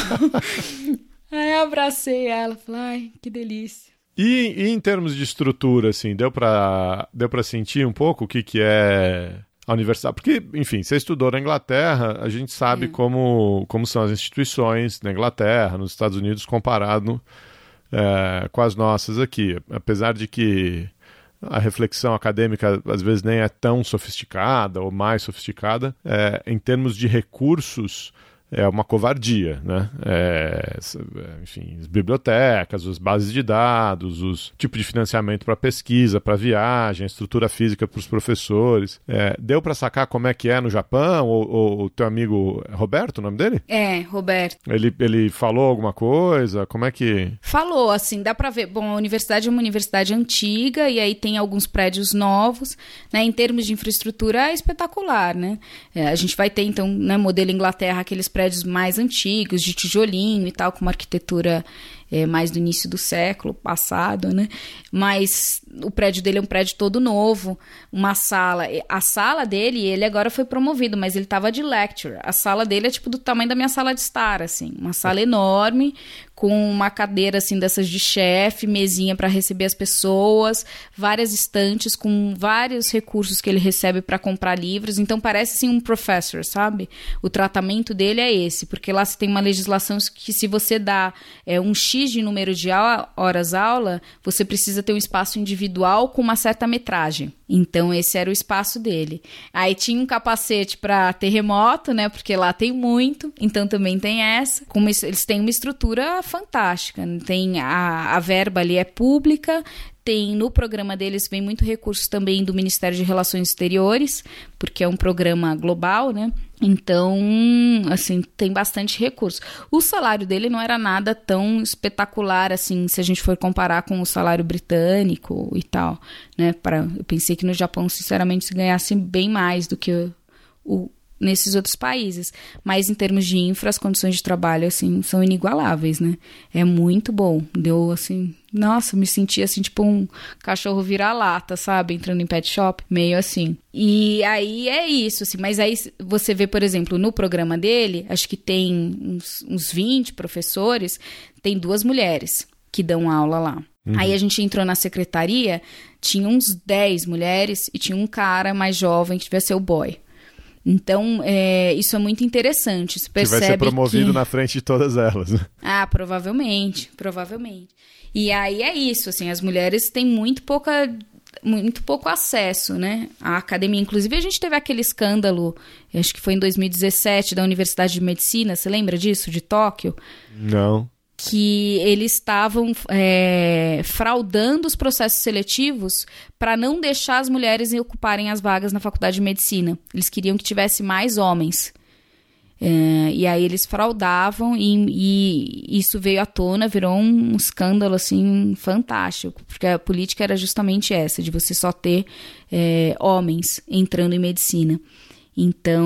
aí eu abracei ela, falei, ai, que delícia. E, e em termos de estrutura, assim, deu pra, deu pra sentir um pouco o que que é a universidade? Porque, enfim, você estudou na Inglaterra, a gente sabe é. como, como são as instituições na Inglaterra, nos Estados Unidos, comparado É, com as nossas aqui, apesar de que a reflexão acadêmica às vezes nem é tão sofisticada ou mais sofisticada, é, em termos de recursos é uma covardia, né? É, enfim, as bibliotecas, as bases de dados, os tipos de financiamento para pesquisa, para viagem, a estrutura física para os professores. É, deu para sacar como é que é no Japão? Ou, ou o teu amigo Roberto, o nome dele? É, Roberto. Ele, ele falou alguma coisa? Como é que... Falou, assim, dá para ver. Bom, a universidade é uma universidade antiga e aí tem alguns prédios novos, né? Em termos de infraestrutura é espetacular, né? É, a gente vai ter, então, né, modelo Inglaterra, aqueles prédios prédios mais antigos, de tijolinho e tal, com uma arquitetura é, mais do início do século passado, né? Mas o prédio dele é um prédio todo novo, uma sala, a sala dele, ele agora foi promovido, mas ele estava de lecture, a sala dele é tipo do tamanho da minha sala de estar, assim, uma sala enorme, com uma cadeira assim dessas de chefe, mesinha para receber as pessoas, várias estantes com vários recursos que ele recebe para comprar livros, então parece assim um professor, sabe? O tratamento dele é esse, porque lá você tem uma legislação que se você dá é, um X X de número de horas-aula, você precisa ter um espaço individual com uma certa metragem. Então, esse era o espaço dele. Aí tinha um capacete para terremoto, né? Porque lá tem muito, então também tem essa. Como eles têm uma estrutura fantástica. Tem a, a verba ali é pública, tem no programa deles vem muito recurso também do Ministério de Relações Exteriores, porque é um programa global, né? Então, assim, tem bastante recurso. O salário dele não era nada tão espetacular, assim, se a gente for comparar com o salário britânico e tal, né? Pra, eu pensei que no Japão, sinceramente, se ganhasse bem mais do que o, o, nesses outros países. Mas em termos de infra, as condições de trabalho, assim, são inigualáveis, né? É muito bom. Deu, assim... Nossa, me senti assim, tipo um cachorro vira-lata, sabe? Entrando em pet shop, meio assim. E aí é isso, assim. Mas aí você vê, por exemplo, no programa dele, acho que tem uns, uns vinte professores, tem duas mulheres que dão aula lá. Uhum. Aí a gente entrou na secretaria, tinha uns dez mulheres e tinha um cara mais jovem que devia ser o boy. Então, é, isso é muito interessante. Você percebe que vai ser promovido que... na frente de todas elas, né? Ah, provavelmente, provavelmente. E aí é isso, assim, as mulheres têm muito pouca, muito pouco acesso, né, à academia. Inclusive, a gente teve aquele escândalo, acho que foi em dois mil e dezessete, da Universidade de Medicina, você lembra disso, de Tóquio? Não. Que eles estavam é, fraudando os processos seletivos para não deixar as mulheres ocuparem as vagas na Faculdade de Medicina. Eles queriam que tivesse mais homens. É, e aí eles fraudavam e, e isso veio à tona, virou um escândalo assim fantástico, porque a política era justamente essa, de você só ter é, homens entrando em medicina. Então,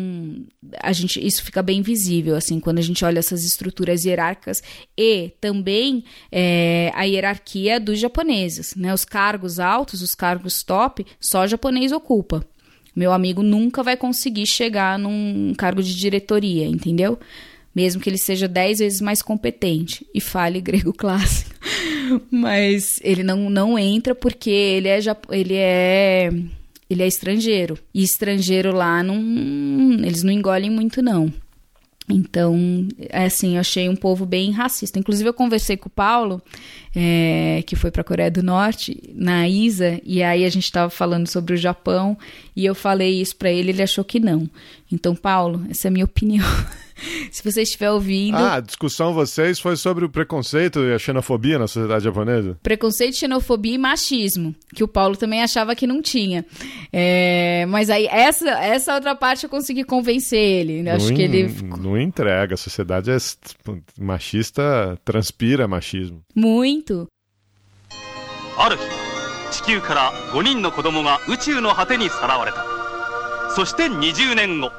a gente, isso fica bem visível, assim, quando a gente olha essas estruturas hierárquicas e também é, a hierarquia dos japoneses, né? Os cargos altos, os cargos top, só japonês ocupa. Meu amigo nunca vai conseguir chegar num cargo de diretoria, entendeu? Mesmo que ele seja dez vezes mais competente e fale grego clássico. Mas ele não, não entra porque ele é, ele é, ele é estrangeiro. E estrangeiro lá, não, eles não engolem muito, não. Então, assim, eu achei um povo bem racista. Inclusive, eu conversei com o Paulo, é, que foi para a Coreia do Norte, na I S A, e aí a gente estava falando sobre o Japão, e eu falei isso para ele, ele achou que não. Então, Paulo, essa é a minha opinião. Se você estiver ouvindo... Ah, a discussão vocês foi sobre o preconceito e a xenofobia na sociedade japonesa? Preconceito, xenofobia e machismo, que o Paulo também achava que não tinha. É, mas aí, essa, essa outra parte eu consegui convencer ele. Não, Acho que ele... não entrega, a sociedade é machista, transpira machismo. Muito. ある日、地球からごにんの子供が宇宙の果てにさらわれた。そしてにじゅうねんご。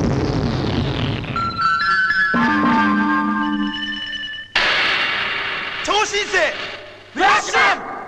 超新星フラッシュマン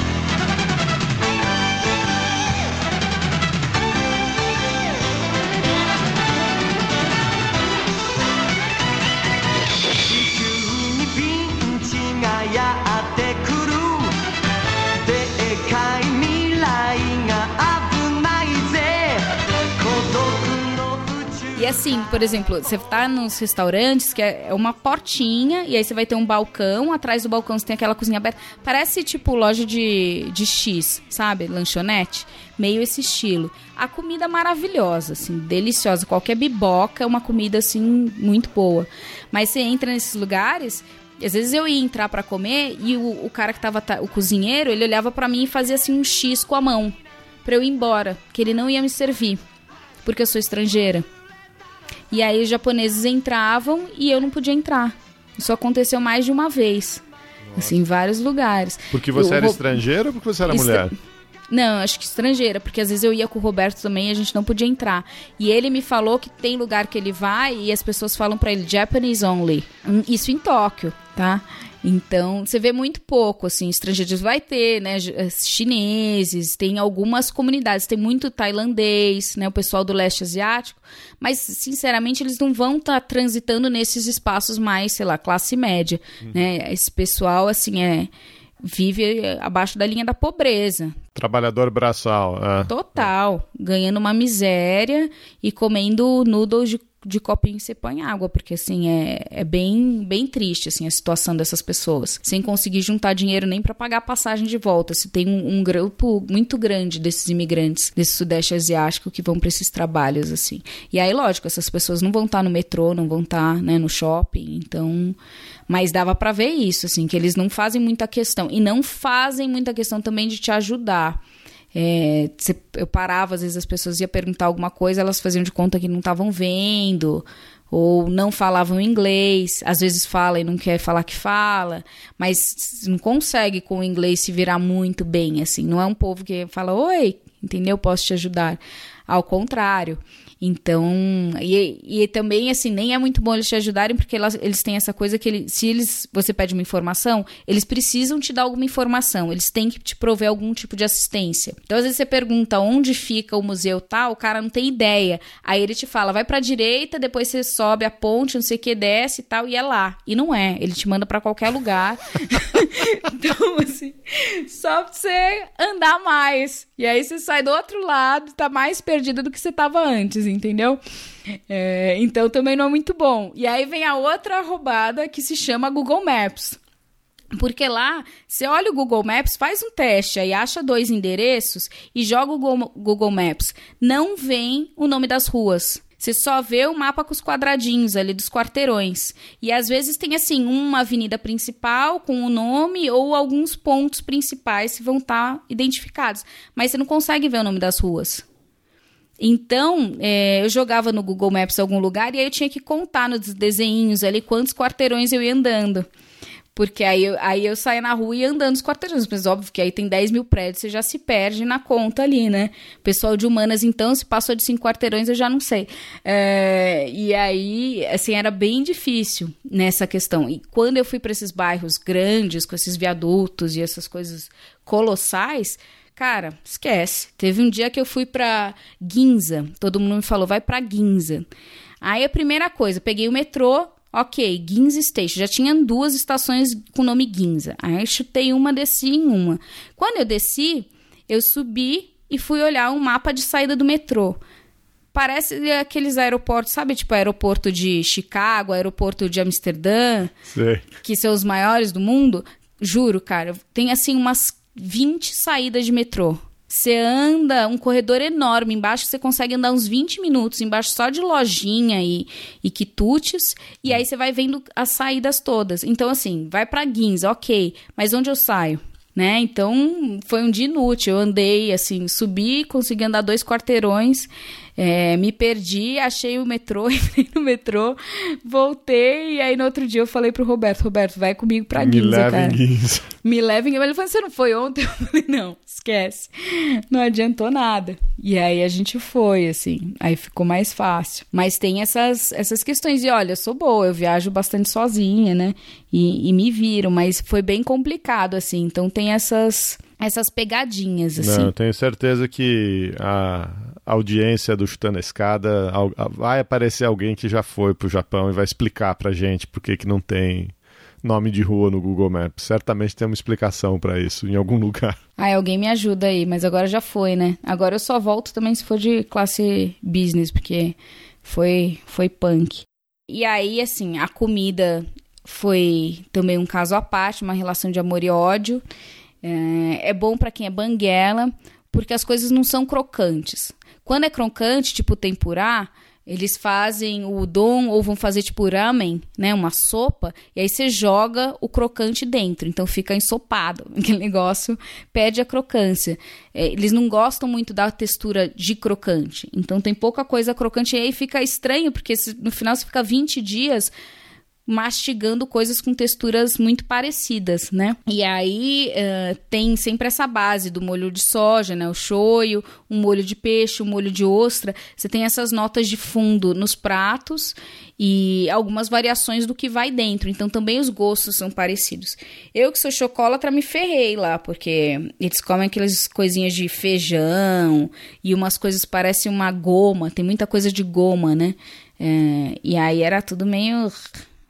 E assim, por exemplo, você tá nos restaurantes que é uma portinha e aí você vai ter um balcão, atrás do balcão você tem aquela cozinha aberta. Parece tipo loja de, de X, sabe? Lanchonete. Meio esse estilo. A comida maravilhosa, assim, deliciosa. Qualquer biboca é uma comida, assim, muito boa. Mas você entra nesses lugares... Às vezes eu ia entrar pra comer e o, o cara que tava, o cozinheiro, ele olhava pra mim e fazia assim um X com a mão pra eu ir embora, que ele não ia me servir, porque eu sou estrangeira. E aí os japoneses entravam e eu não podia entrar. Isso aconteceu mais de uma vez. Nossa. Assim, em vários lugares. Porque você eu, era estrangeira ou porque você era Estra... mulher? Não, acho que estrangeira, porque às vezes eu ia com o Roberto também e a gente não podia entrar. E ele me falou que tem lugar que ele vai e as pessoas falam pra ele Japanese only. Isso em Tóquio, tá? Então, você vê muito pouco, assim, estrangeiros vai ter, né, chineses, tem algumas comunidades, tem muito tailandês, né, o pessoal do leste asiático, mas, sinceramente, eles não vão estar tá transitando nesses espaços mais, sei lá, classe média, uhum. né, esse pessoal, assim, é... vive abaixo da linha da pobreza. Trabalhador braçal. É. Total. Ganhando uma miséria e comendo noodles de de copinho você põe água, porque assim, é, é bem, bem triste assim, a situação dessas pessoas, sem conseguir juntar dinheiro nem para pagar a passagem de volta. Se tem um, um grupo muito grande desses imigrantes desse sudeste asiático que vão para esses trabalhos, assim. E aí, lógico, essas pessoas não vão estar no metrô, não vão estar, né, no shopping, então... Mas dava para ver isso, assim, que eles não fazem muita questão, e não fazem muita questão também de te ajudar. É, eu parava, às vezes as pessoas iam perguntar alguma coisa, elas faziam de conta que não estavam vendo, ou não falavam inglês, às vezes fala e não quer falar que fala, mas não consegue com o inglês se virar muito bem, assim, não é um povo que fala, oi, entendeu, posso te ajudar, ao contrário. Então, e, e também, assim, nem é muito bom eles te ajudarem, porque elas, eles têm essa coisa que, ele, se eles, você pede uma informação, eles precisam te dar alguma informação, eles têm que te prover algum tipo de assistência. Então, às vezes você pergunta onde fica o museu tal, o cara não tem ideia. Aí ele te fala, vai pra direita, depois você sobe a ponte, não sei o que, desce e tal, e é lá. E não é, ele te manda pra qualquer lugar. Então, assim, só pra você andar mais. E aí você sai do outro lado, tá mais perdida do que você tava antes, entendeu? É, então também não é muito bom. E aí vem a outra roubada que se chama Google Maps. Porque lá, você olha o Google Maps, faz um teste, aí acha dois endereços e joga o Google Maps. Não vem o nome das ruas. Você só vê o mapa com os quadradinhos ali dos quarteirões. E às vezes tem assim, uma avenida principal com o nome ou alguns pontos principais que vão estar identificados. Mas você não consegue ver o nome das ruas. Então, é, eu jogava no Google Maps algum lugar e aí eu tinha que contar nos desenhinhos ali quantos quarteirões eu ia andando. Porque aí eu, aí eu saía na rua e ia andando os quarteirões. Mas óbvio que aí tem dez mil prédios, você já se perde na conta ali, né? Pessoal de humanas, então, se passou de cinco quarteirões, eu já não sei. É, e aí, assim, era bem difícil nessa questão. E quando eu fui para esses bairros grandes, com esses viadutos e essas coisas colossais... Cara, esquece. Teve um dia que eu fui pra Ginza. Todo mundo me falou, vai pra Ginza. Aí a primeira coisa, peguei o metrô, ok, Ginza Station. Já tinha duas estações com o nome Ginza. Aí eu chutei uma, desci em uma. Quando eu desci, eu subi e fui olhar um mapa de saída do metrô. Parece aqueles aeroportos, sabe? Tipo aeroporto de Chicago, aeroporto de Amsterdã, Sim. que são os maiores do mundo. Juro, cara, tem assim umas vinte saídas de metrô. Você anda um corredor enorme. Embaixo você consegue andar uns vinte minutos. Embaixo só de lojinha e, e quitutes. E aí você vai vendo as saídas todas. Então, assim, vai pra Ginza, ok. Mas onde eu saio? Né? Então, foi um dia inútil. Eu andei, assim, subi, consegui andar dois quarteirões. É, me perdi, achei o metrô, entrei no metrô, voltei, e aí no outro dia eu falei pro Roberto, Roberto, vai comigo pra Ginza, cara. Me leva em Ginza. Me leva em Ginza. Ele falou, você não foi ontem? Eu falei, não, esquece. Não adiantou nada. E aí a gente foi, assim, aí ficou mais fácil. Mas tem essas, essas questões, e olha, eu sou boa, eu viajo bastante sozinha, né, e, e me viro, mas foi bem complicado, assim, então tem essas... essas pegadinhas, assim. Não, eu tenho certeza que a audiência do Chutando a Escada vai aparecer alguém que já foi pro Japão e vai explicar pra gente por que que não tem nome de rua no Google Maps. Certamente tem uma explicação pra isso em algum lugar. Ah, alguém me ajuda aí, mas agora já foi, né? Agora eu só volto também se for de classe business, porque foi, foi punk. E aí, assim, a comida foi também um caso à parte, uma relação de amor e ódio. É, é bom para quem é banguela, porque as coisas não são crocantes. Quando é crocante, tipo tempurá, eles fazem o udon ou vão fazer tipo ramen, né, uma sopa, e aí você joga o crocante dentro, então fica ensopado. Aquele negócio perde a crocância. É, eles não gostam muito da textura de crocante, então tem pouca coisa crocante, e aí fica estranho, porque no final você fica vinte dias... mastigando coisas com texturas muito parecidas, né? E aí uh, tem sempre essa base do molho de soja, né? O shoyu, um molho de peixe, um molho de ostra. Você tem essas notas de fundo nos pratos e algumas variações do que vai dentro. Então também os gostos são parecidos. Eu que sou chocolatra me ferrei lá, porque eles comem aquelas coisinhas de feijão e umas coisas parecem uma goma. Tem muita coisa de goma, né? É, e aí era tudo meio...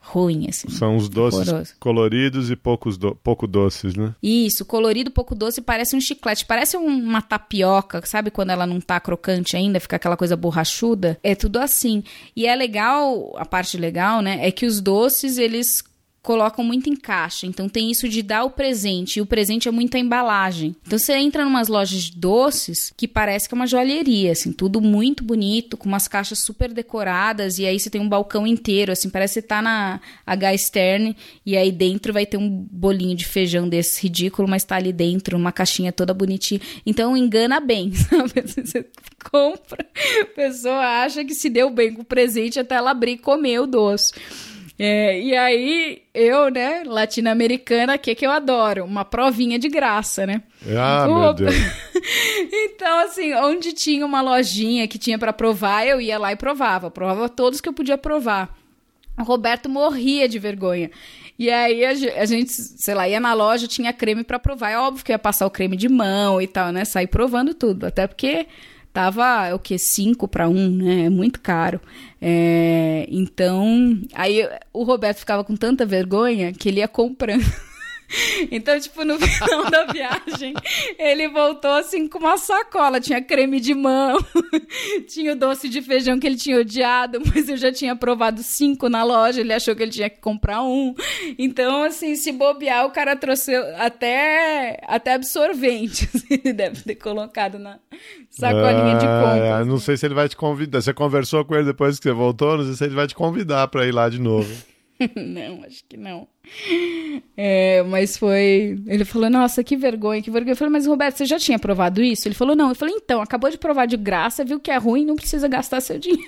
ruim, assim. São os doces horroroso. coloridos e poucos do... pouco doces, né? Isso, colorido, pouco doce, parece um chiclete, parece uma tapioca, sabe quando ela não tá crocante ainda, fica aquela coisa borrachuda? É tudo assim. E é legal, a parte legal, né, é que os doces, eles colocam muito em caixa, então tem isso de dar o presente, e o presente é muito a embalagem. Então você entra numas lojas de doces que parece que é uma joalheria, assim, tudo muito bonito, com umas caixas super decoradas, e aí você tem um balcão inteiro, assim, parece que você tá na H. Stern, e aí dentro vai ter um bolinho de feijão desse ridículo, mas tá ali dentro, uma caixinha toda bonitinha. Então engana bem, sabe? Você compra, a pessoa acha que se deu bem com o presente até ela abrir e comer o doce. É, e aí, eu, né, latino-americana, o que que eu adoro? Uma provinha de graça, né? Ah, o... meu Deus. Então, assim, onde tinha uma lojinha que tinha pra provar, eu ia lá e provava. Provava todos que eu podia provar. O Roberto morria de vergonha. E aí, a gente, sei lá, ia na loja, tinha creme pra provar. É óbvio que eu ia passar o creme de mão e tal, né? Sair provando tudo. Até porque tava, o quê? cinco para um, né? É muito caro. É, então, aí o Roberto ficava com tanta vergonha que ele ia comprando. Então, tipo, no final da viagem, ele voltou assim com uma sacola. Tinha creme de mão, tinha o doce de feijão que ele tinha odiado, mas eu já tinha provado cinco na loja, ele achou que ele tinha que comprar um. Então, assim, se bobear, o cara trouxe até, até absorvente. Assim, ele deve ter colocado na sacolinha ah, de compra. Assim. Não sei se ele vai te convidar. Você conversou com ele depois que você voltou? Não sei se ele vai te convidar para ir lá de novo. Não, acho que não. É, mas foi... Ele falou, nossa, que vergonha, que vergonha. Eu falei, mas Roberto, você já tinha provado isso? Ele falou, não. Eu falei, então, acabou de provar de graça, viu que é ruim, não precisa gastar seu dinheiro.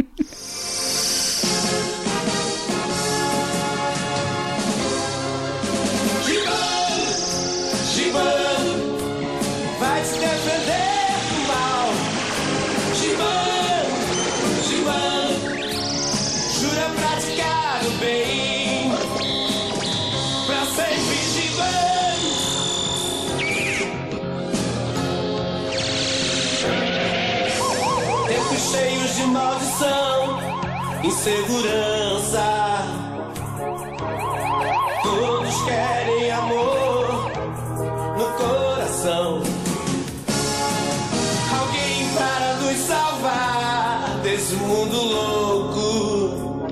Vai se defender do mal. Gibão, Gibão, jura praticar o bem. Pra sempre, Gibão. Tempos cheios de maldição, insegurança. Todos querem amor no coração. Alguém para nos salvar desse mundo louco,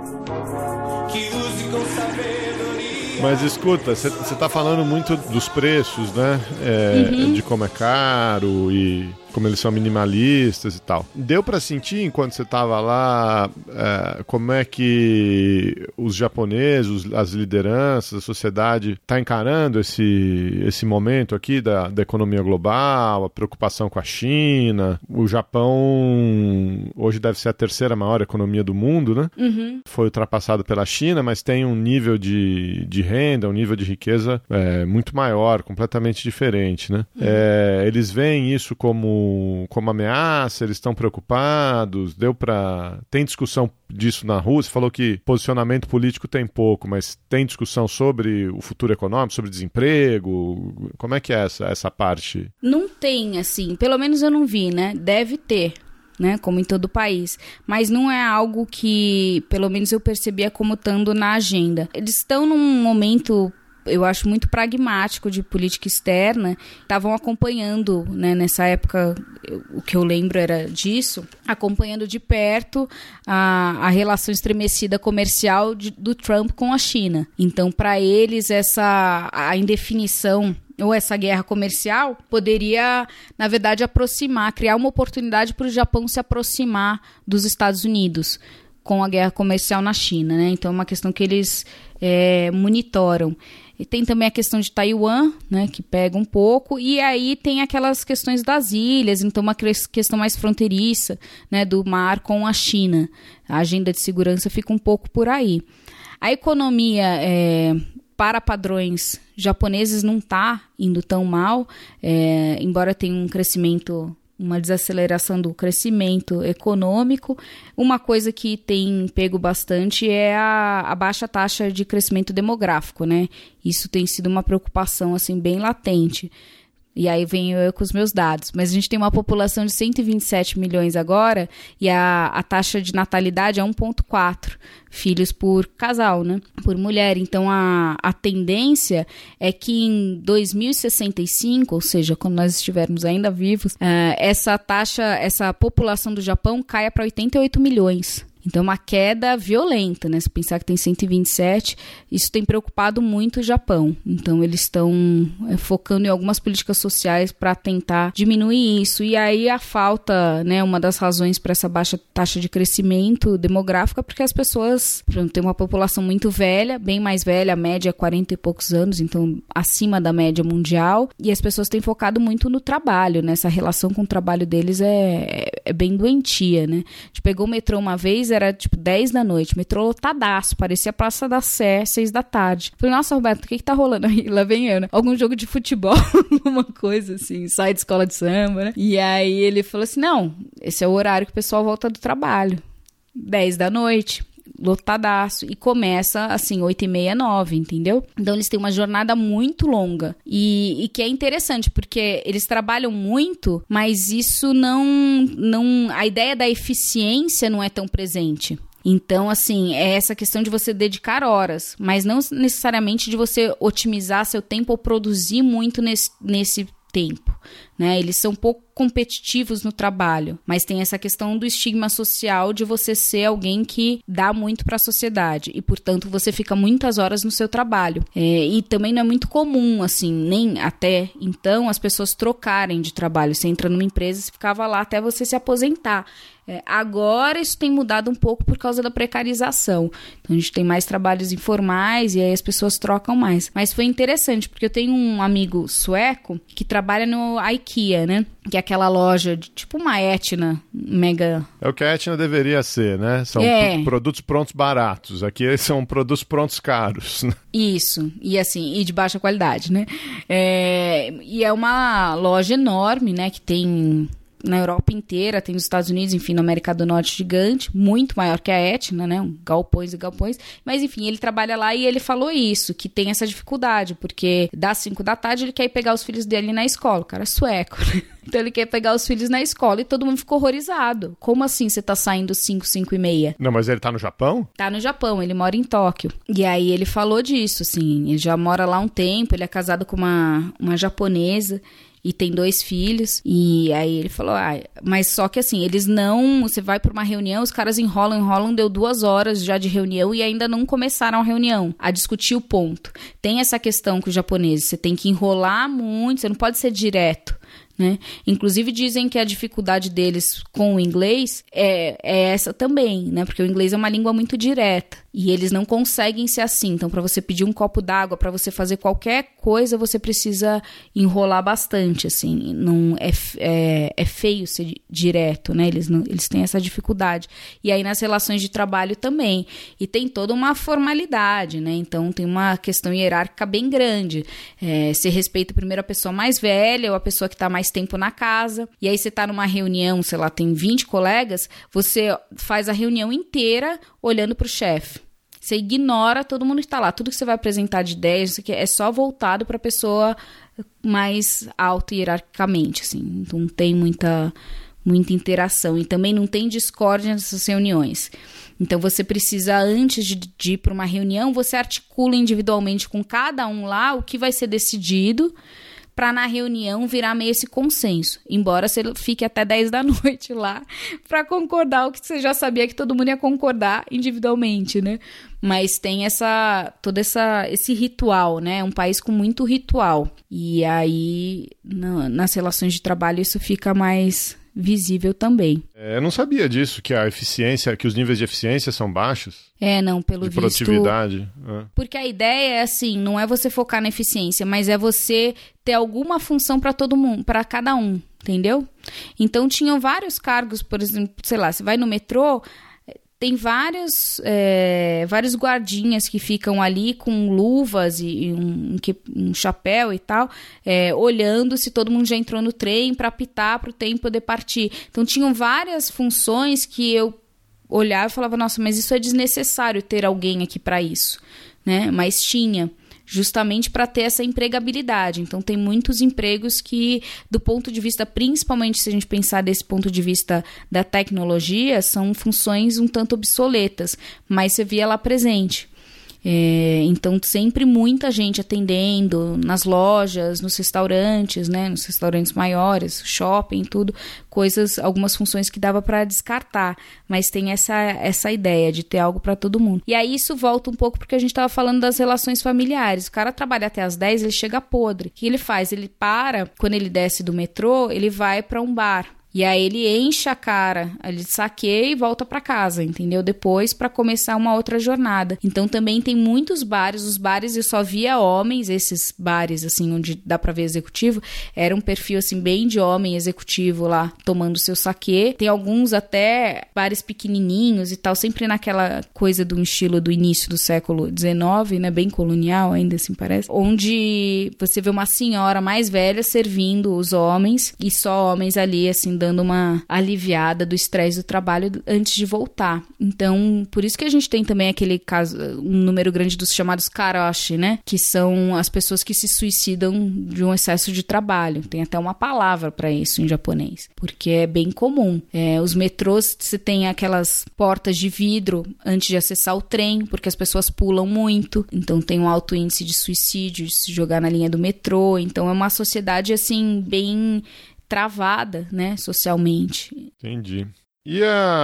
que use com sabedoria. Mas escuta, você está falando muito dos preços, né? É, uhum. De como é caro e como eles são minimalistas e tal. Deu para sentir, enquanto você estava lá, é, como é que os japoneses, as lideranças, a sociedade está encarando esse, esse momento aqui da, da economia global, a preocupação com a China. O Japão hoje deve ser a terceira maior economia do mundo, né? Uhum. Foi ultrapassado pela China, mas tem um nível de, de renda, um nível de riqueza é, muito maior, completamente diferente, né? Uhum. É, eles veem isso como como ameaça, eles estão preocupados, deu para... Tem discussão disso na Rússia, falou que posicionamento político tem pouco, mas tem discussão sobre o futuro econômico, sobre desemprego, como é que é essa, essa parte? Não tem, assim, pelo menos eu não vi, né? Deve ter, né? Como em todo o país, mas não é algo que, pelo menos eu percebia como estando na agenda. Eles estão num momento, eu acho, muito pragmático de política externa, estavam acompanhando, né, nessa época, eu, o que eu lembro era disso, acompanhando de perto a, a relação estremecida comercial de, do Trump com a China. Então, para eles, essa a indefinição ou essa guerra comercial poderia, na verdade, aproximar, criar uma oportunidade para o Japão se aproximar dos Estados Unidos com a guerra comercial na China, né? Então, é uma questão que eles é, monitoram. E tem também a questão de Taiwan, né, que pega um pouco, e aí tem aquelas questões das ilhas, então uma questão mais fronteiriça, né, do mar com a China. A agenda de segurança fica um pouco por aí. A economia, é, para padrões japoneses, não está indo tão mal, é, embora tenha um crescimento, uma desaceleração do crescimento econômico. Uma coisa que tem pego bastante é a, a baixa taxa de crescimento demográfico, né? Isso tem sido uma preocupação, assim, bem latente. E aí venho eu com os meus dados. Mas a gente tem uma população de cento e vinte e sete milhões agora e a, a taxa de natalidade é um vírgula quatro filhos por casal, né? Por mulher. Então, a, a tendência é que em dois mil e sessenta e cinco, ou seja, quando nós estivermos ainda vivos, uh, essa taxa, essa população do Japão caia para oitenta e oito milhões. Então, uma queda violenta, né? Se pensar que tem cento e vinte e sete, isso tem preocupado muito o Japão. Então, eles estão é, focando em algumas políticas sociais para tentar diminuir isso. E aí, a falta, né? Uma das razões para essa baixa taxa de crescimento demográfico é porque as pessoas, por exemplo, tem uma população muito velha, bem mais velha, a média é quarenta e poucos anos, então acima da média mundial. E as pessoas têm focado muito no trabalho, né? Essa relação com o trabalho deles é, é bem doentia, né? A gente pegou o metrô uma vez, era tipo dez da noite, metrô lotadaço, parecia a Praça da Sé, seis da tarde. Falei, nossa, Roberto, o que que tá rolando aí? Lá vem eu, né? Algum jogo de futebol, uma coisa assim, sai de escola de samba, né? E aí ele falou assim, não, esse é o horário que o pessoal volta do trabalho. dez da noite, lotadaço, e começa assim, oito e meia, nove, entendeu? Então eles têm uma jornada muito longa e, e que é interessante, porque eles trabalham muito, mas isso não, não, a ideia da eficiência não é tão presente. Então, assim, é essa questão de você dedicar horas, mas não necessariamente de você otimizar seu tempo ou produzir muito nesse, nesse tempo, né? Eles são pouco competitivos no trabalho, mas tem essa questão do estigma social de você ser alguém que dá muito para a sociedade e, portanto, você fica muitas horas no seu trabalho. É, e também não é muito comum, assim, nem até então, as pessoas trocarem de trabalho. Você entra numa empresa e ficava lá até você se aposentar. É, agora isso tem mudado um pouco por causa da precarização. Então a gente tem mais trabalhos informais e aí as pessoas trocam mais. Mas foi interessante, porque eu tenho um amigo sueco que trabalha no IKEA, né? Que é aquela loja, de, tipo uma Etna, mega... É o que a Etna deveria ser, né? São é. p- produtos prontos baratos. Aqui são produtos prontos caros, né? Isso, e assim, e de baixa qualidade, né? É, e é uma loja enorme, né? Que tem... na Europa inteira, tem nos Estados Unidos, enfim, na América do Norte gigante, muito maior que a Etna, né, um galpões e galpões, mas enfim, ele trabalha lá e ele falou isso, que tem essa dificuldade, porque das cinco da tarde ele quer ir pegar os filhos dele na escola, o cara é sueco, né? Então ele quer pegar os filhos na escola e todo mundo ficou horrorizado. Como assim você tá saindo cinco, cinco e meia? Não, mas ele tá no Japão? Tá no Japão, ele mora em Tóquio. E aí ele falou disso, assim, ele já mora lá há um tempo, ele é casado com uma, uma japonesa e tem dois filhos, e aí ele falou, ah, mas só que assim, eles não, você vai para uma reunião, os caras enrolam, enrolam, deu duas horas já de reunião e ainda não começaram a reunião, a discutir o ponto. Tem essa questão com os japoneses, você tem que enrolar muito, você não pode ser direto, né? Inclusive dizem que a dificuldade deles com o inglês é, é essa também, né? Porque o inglês é uma língua muito direta e eles não conseguem ser assim. Então, para você pedir um copo d'água, para você fazer qualquer coisa, você precisa enrolar bastante, assim. Não é, é, é feio ser direto, né? Eles, não, eles têm essa dificuldade. E aí nas relações de trabalho também. E tem toda uma formalidade, né? Então tem uma questão hierárquica bem grande. É, você respeita primeiro a pessoa mais velha ou a pessoa que está mais tempo na casa, e aí você tá numa reunião, sei lá, tem vinte colegas, você faz a reunião inteira olhando pro chefe. Você ignora todo mundo que tá lá. Tudo que você vai apresentar de ideias é só voltado pra pessoa mais alta hierarquicamente, assim. Então não tem muita, muita interação. E também não tem discórdia nessas reuniões. Então você precisa, antes de, de ir para uma reunião, você articula individualmente com cada um lá o que vai ser decidido, para na reunião virar meio esse consenso, embora você fique até dez da noite lá para concordar o que você já sabia que todo mundo ia concordar individualmente, né? Mas tem essa, todo essa, esse ritual, né? É um país com muito ritual. E aí, na, nas relações de trabalho, isso fica mais visível também. É, eu não sabia disso, que a eficiência, que os níveis de eficiência são baixos. É, não, pelo de visto... produtividade. É. Porque a ideia é assim, não é você focar na eficiência, mas é você ter alguma função para todo mundo, para cada um, entendeu? Então tinham vários cargos, por exemplo, sei lá, você vai no metrô, tem vários, é, vários guardinhas que ficam ali com luvas e, e um, um chapéu e tal, é, olhando se todo mundo já entrou no trem para apitar para o trem poder partir. Então tinham várias funções que eu olhava e falava, nossa, mas isso é desnecessário ter alguém aqui para isso, né? Mas tinha. justamente para ter essa empregabilidade. Então tem muitos empregos que, do ponto de vista, principalmente se a gente pensar desse ponto de vista da tecnologia, são funções um tanto obsoletas, mas você via lá presente. É, então sempre muita gente atendendo nas lojas, nos restaurantes, né, nos restaurantes maiores, shopping, tudo, coisas, algumas funções que dava para descartar, mas tem essa, essa ideia de ter algo para todo mundo. E aí isso volta um pouco porque a gente estava falando das relações familiares. O cara trabalha até as dez, ele chega podre. O que ele faz? Ele para, quando ele desce do metrô, ele vai para um bar. E aí ele enche a cara, ele saqueia e volta para casa, entendeu? Depois para começar uma outra jornada. Então também tem muitos bares, os bares eu só via homens, esses bares assim onde dá para ver executivo, era um perfil assim bem de homem executivo lá tomando seu saquê. Tem alguns até bares pequenininhos e tal, sempre naquela coisa do estilo do início do século dezenove, né, bem colonial ainda assim parece, onde você vê uma senhora mais velha servindo os homens e só homens ali assim dando dando uma aliviada do estresse do trabalho antes de voltar. Então, por isso que a gente tem também aquele caso, um número grande dos chamados karoshi, né? Que são as pessoas que se suicidam de um excesso de trabalho. Tem até uma palavra para isso em japonês, porque é bem comum. É, os metrôs, você tem aquelas portas de vidro antes de acessar o trem, porque as pessoas pulam muito. Então, tem um alto índice de suicídio, de se jogar na linha do metrô. Então, é uma sociedade, assim, bem travada, né, socialmente. Entendi. E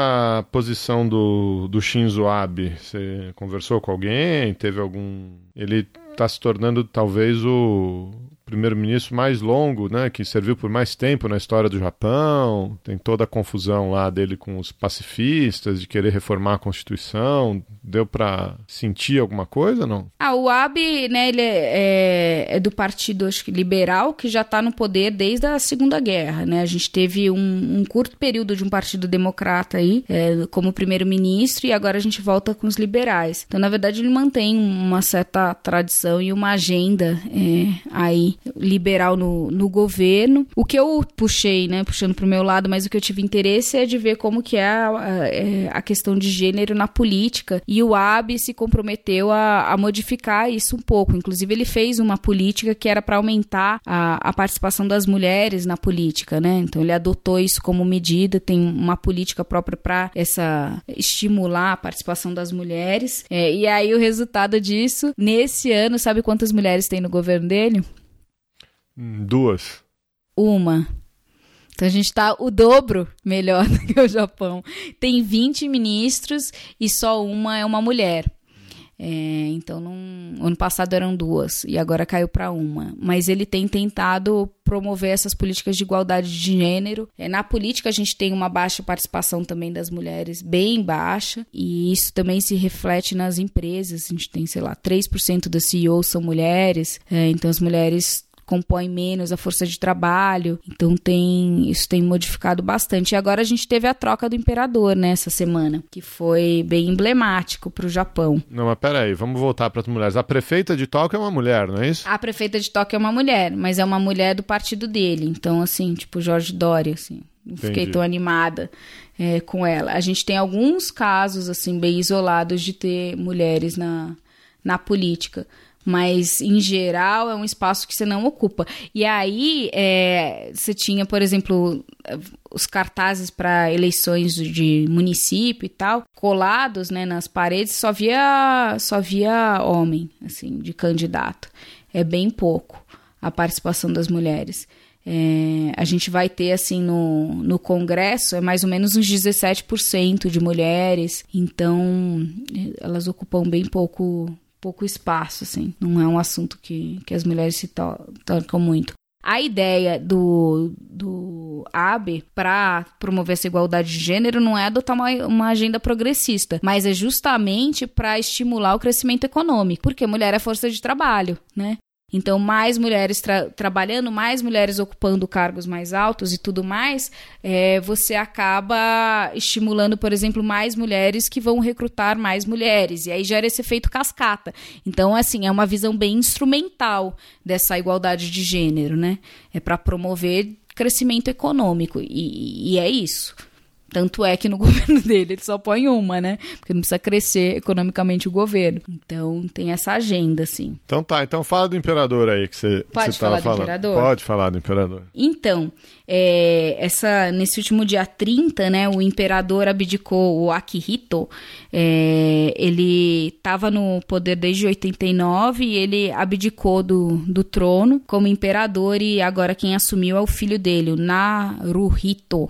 a posição do, do Shinzo Abe? Você conversou com alguém? Teve algum... Ele está se tornando talvez o primeiro-ministro mais longo, né, que serviu por mais tempo na história do Japão. Tem toda a confusão lá dele com os pacifistas, de querer reformar a Constituição. Deu para sentir alguma coisa, não? Ah, o Abe, né, ele é, é do partido, acho que liberal, que já está no poder desde a Segunda Guerra, né? A gente teve um, um curto período de um partido democrata aí, é, como primeiro-ministro, e agora a gente volta com os liberais. Então, na verdade, ele mantém uma certa tradição e uma agenda é, aí liberal no, no governo. O que eu puxei, né, puxando pro meu lado, mas o que eu tive interesse é de ver como que é a, a, a questão de gênero na política, e o Abe se comprometeu a, a modificar isso um pouco. Inclusive, ele fez uma política que era para aumentar a, a participação das mulheres na política, né? Então, ele adotou isso como medida, tem uma política própria para essa estimular a participação das mulheres. É, e aí, o resultado disso, nesse ano, sabe quantas mulheres tem no governo dele? Duas. Uma. Então a gente está o dobro melhor do que o Japão. Tem vinte ministros e só uma é uma mulher. É, então, num, ano passado eram duas e agora caiu para uma. Mas ele tem tentado promover essas políticas de igualdade de gênero. É, na política a gente tem uma baixa participação também das mulheres, bem baixa, e isso também se reflete nas empresas. A gente tem, sei lá, três por cento das C E Os são mulheres, é, então as mulheres compõe menos a força de trabalho, então tem, isso tem modificado bastante. E agora a gente teve a troca do imperador, né, essa semana, que foi bem emblemático para o Japão. Não, mas peraí, vamos voltar para as mulheres. A prefeita de Tóquio é uma mulher, não é isso? A prefeita de Tóquio é uma mulher, mas é uma mulher do partido dele, então assim, tipo Jorge Doria, assim, não fiquei tão animada é, com ela. A gente tem alguns casos, assim, bem isolados de ter mulheres na, na política, mas, em geral, é um espaço que você não ocupa. E aí, é, você tinha, por exemplo, os cartazes para eleições de município e tal, colados, né, nas paredes, só via, só via homem, assim, de candidato. É bem pouco a participação das mulheres. É, a gente vai ter, assim, no, no Congresso, é mais ou menos uns dezessete por cento de mulheres, então elas ocupam bem pouco... pouco espaço, assim. Não é um assunto que, que as mulheres se to- tocam muito. A ideia do, do Abe para promover essa igualdade de gênero não é adotar uma, uma agenda progressista, mas é justamente para estimular o crescimento econômico, porque mulher é força de trabalho, né? Então, mais mulheres tra- trabalhando, mais mulheres ocupando cargos mais altos e tudo mais, é, você acaba estimulando, por exemplo, mais mulheres que vão recrutar mais mulheres. E aí gera esse efeito cascata. Então, assim, é uma visão bem instrumental dessa igualdade de gênero, né? É para promover crescimento econômico. E, e é isso. Tanto é que no governo dele ele só põe uma, né? Porque não precisa crescer economicamente o governo. Então tem essa agenda, assim. Então tá, então fala do imperador aí que você Pode falar do falando. imperador? Pode falar do imperador. Então, é, essa, nesse último dia trinta, né, o imperador abdicou, o Akihito, é, ele estava no poder desde oitenta e nove e ele abdicou do, do trono como imperador e agora quem assumiu é o filho dele, o Naruhito.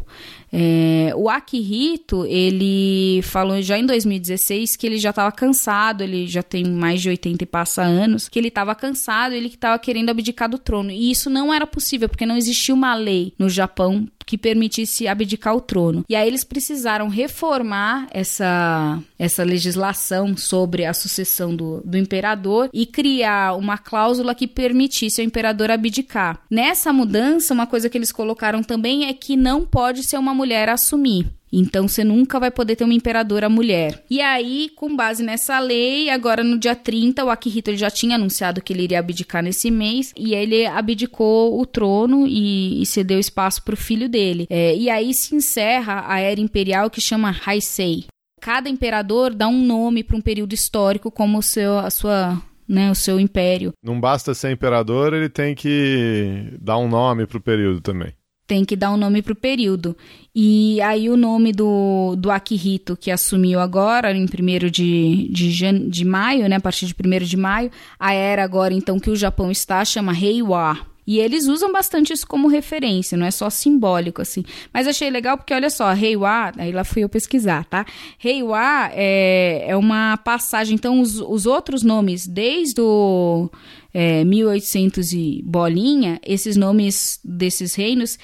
É, o Akihito, ele falou já em dois mil e dezesseis que ele já estava cansado, ele já tem mais de oitenta e passa anos, que ele estava cansado, ele que estava querendo abdicar do trono. E isso não era possível, porque não existia uma lei no Japão que permitisse abdicar o trono. E aí eles precisaram reformar essa, essa legislação sobre a sucessão do, do imperador e criar uma cláusula que permitisse ao imperador abdicar. Nessa mudança, uma coisa que eles colocaram também é que não pode ser uma mulher a assumir. Então, você nunca vai poder ter uma imperadora mulher. E aí, com base nessa lei, agora no dia trinta, o Akihito ele já tinha anunciado que ele iria abdicar nesse mês, e ele abdicou o trono e, e cedeu espaço para o filho dele. É, e aí se encerra a era imperial que chama Heisei. Cada imperador dá um nome para um período histórico como o seu, a sua... Né, o seu império. Não basta ser imperador, ele tem que dar um nome pro período também. Tem que dar um nome pro período. E aí o nome do, do Akihito, que assumiu agora, em primeiro de, de, jan... de maio, né, a partir de primeiro de maio, a era agora, então, que o Japão está, chama Heiwa. E eles usam bastante isso como referência, não é só simbólico, assim. Mas achei legal porque, olha só, Heiwa, aí lá fui eu pesquisar, tá? Heiwa é, é uma passagem, então os, os outros nomes, desde o é, mil e oitocentos e bolinha, esses nomes desses reinos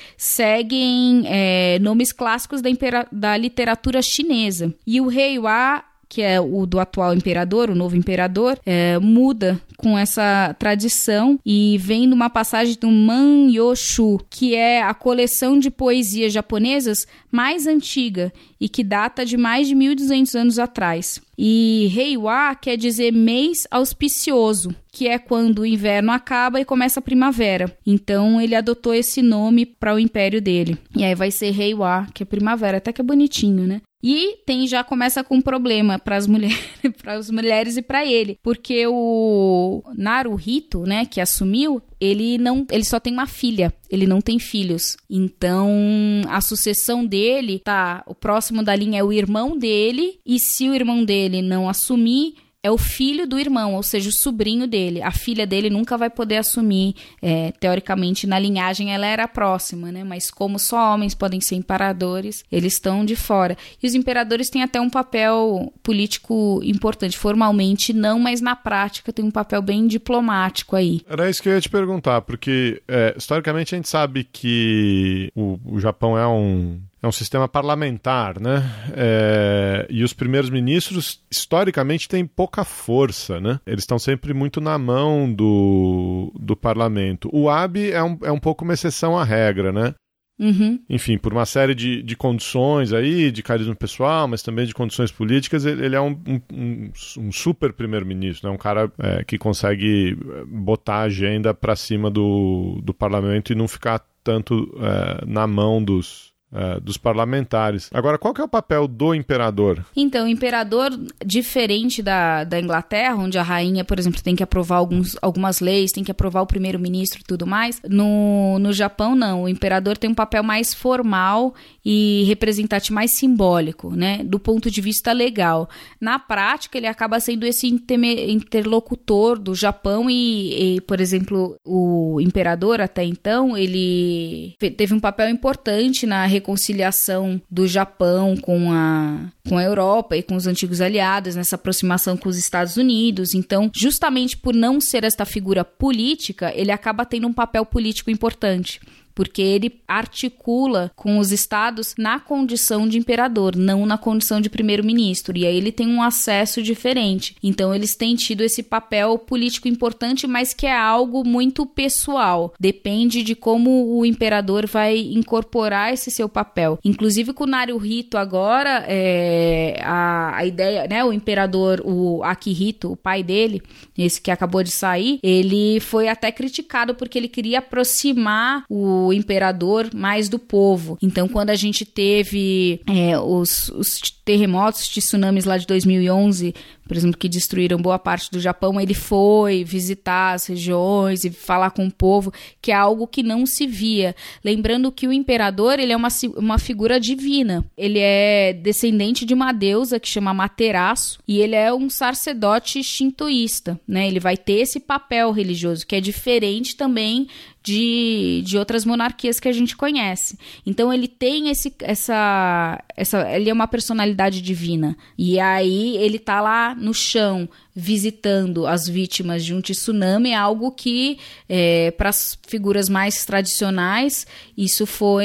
seguem é, nomes clássicos da, impera, da literatura chinesa. E o Heiwa, que é o do atual imperador, o novo imperador, é, muda com essa tradição e vem de uma passagem do Manyoshu, que é a coleção de poesias japonesas mais antiga e que data de mais de mil e duzentos anos atrás. E Heiwa quer dizer mês auspicioso, que é quando o inverno acaba e começa a primavera. Então ele adotou esse nome para o império dele. E aí vai ser Heiwa, que é primavera, até que é bonitinho, né? E tem, já começa com um problema para as mulheres, para as mulheres e para ele, porque o Naruhito, né, que assumiu, ele não, ele só tem uma filha, ele não tem filhos. Então, a sucessão dele, tá, o próximo da linha é o irmão dele, e se o irmão dele não assumir, é o filho do irmão, ou seja, o sobrinho dele. A filha dele nunca vai poder assumir. É, teoricamente, na linhagem, ela era próxima, né? Mas como só homens podem ser imperadores, eles estão de fora. E os imperadores têm até um papel político importante. Formalmente, não, mas na prática tem um papel bem diplomático aí. Era isso que eu ia te perguntar, porque é, historicamente a gente sabe que o, o Japão é um... É um sistema parlamentar, né? É... E os primeiros ministros, historicamente, têm pouca força, né? Eles estão sempre muito na mão do, do parlamento. O Abe é um, é um pouco uma exceção à regra, né? Uhum. Enfim, por uma série de, de condições aí, de carisma pessoal, mas também de condições políticas, ele, ele é um, um, um super primeiro-ministro, né? Um cara é, que consegue botar a agenda para cima do, do parlamento e não ficar tanto é, na mão dos... Uh, dos parlamentares. Agora, qual que é o papel do imperador? Então, o imperador, diferente da, da Inglaterra, onde a rainha, por exemplo, tem que aprovar alguns, algumas leis, tem que aprovar o primeiro-ministro e tudo mais, no, no Japão, não. O imperador tem um papel mais formal e representante, mais simbólico, né? Do ponto de vista legal. Na prática, ele acaba sendo esse interlocutor do Japão e, e, por exemplo, o imperador, até então, ele teve um papel importante na reconciliação do Japão com a, com a Europa e com os antigos aliados, nessa aproximação com os Estados Unidos. Então, justamente por não ser esta figura política, ele acaba tendo um papel político importante, porque ele articula com os estados na condição de imperador, não na condição de primeiro-ministro, e aí ele tem um acesso diferente. Então eles têm tido esse papel político importante, mas que é algo muito pessoal, depende de como o imperador vai incorporar esse seu papel. Inclusive com o Naruhito agora, é, a, a ideia, né, o imperador, o Akihito, o pai dele, esse que acabou de sair, ele foi até criticado porque ele queria aproximar o do imperador, mais do povo. Então, quando a gente teve é, os, os terremotos, tsunamis lá de dois mil e onze, por exemplo, que destruíram boa parte do Japão, ele foi visitar as regiões e falar com o povo, que é algo que não se via. Lembrando que o imperador, ele é uma, uma figura divina. Ele é descendente de uma deusa que chama Materaço, e ele é um sacerdote shintoísta, né? Ele vai ter esse papel religioso, que é diferente também de, de outras monarquias que a gente conhece. Então ele tem esse, essa, essa... Ele é uma personalidade divina. E aí ele tá lá no chão, visitando as vítimas de um tsunami, é algo que, é, para as figuras mais tradicionais, isso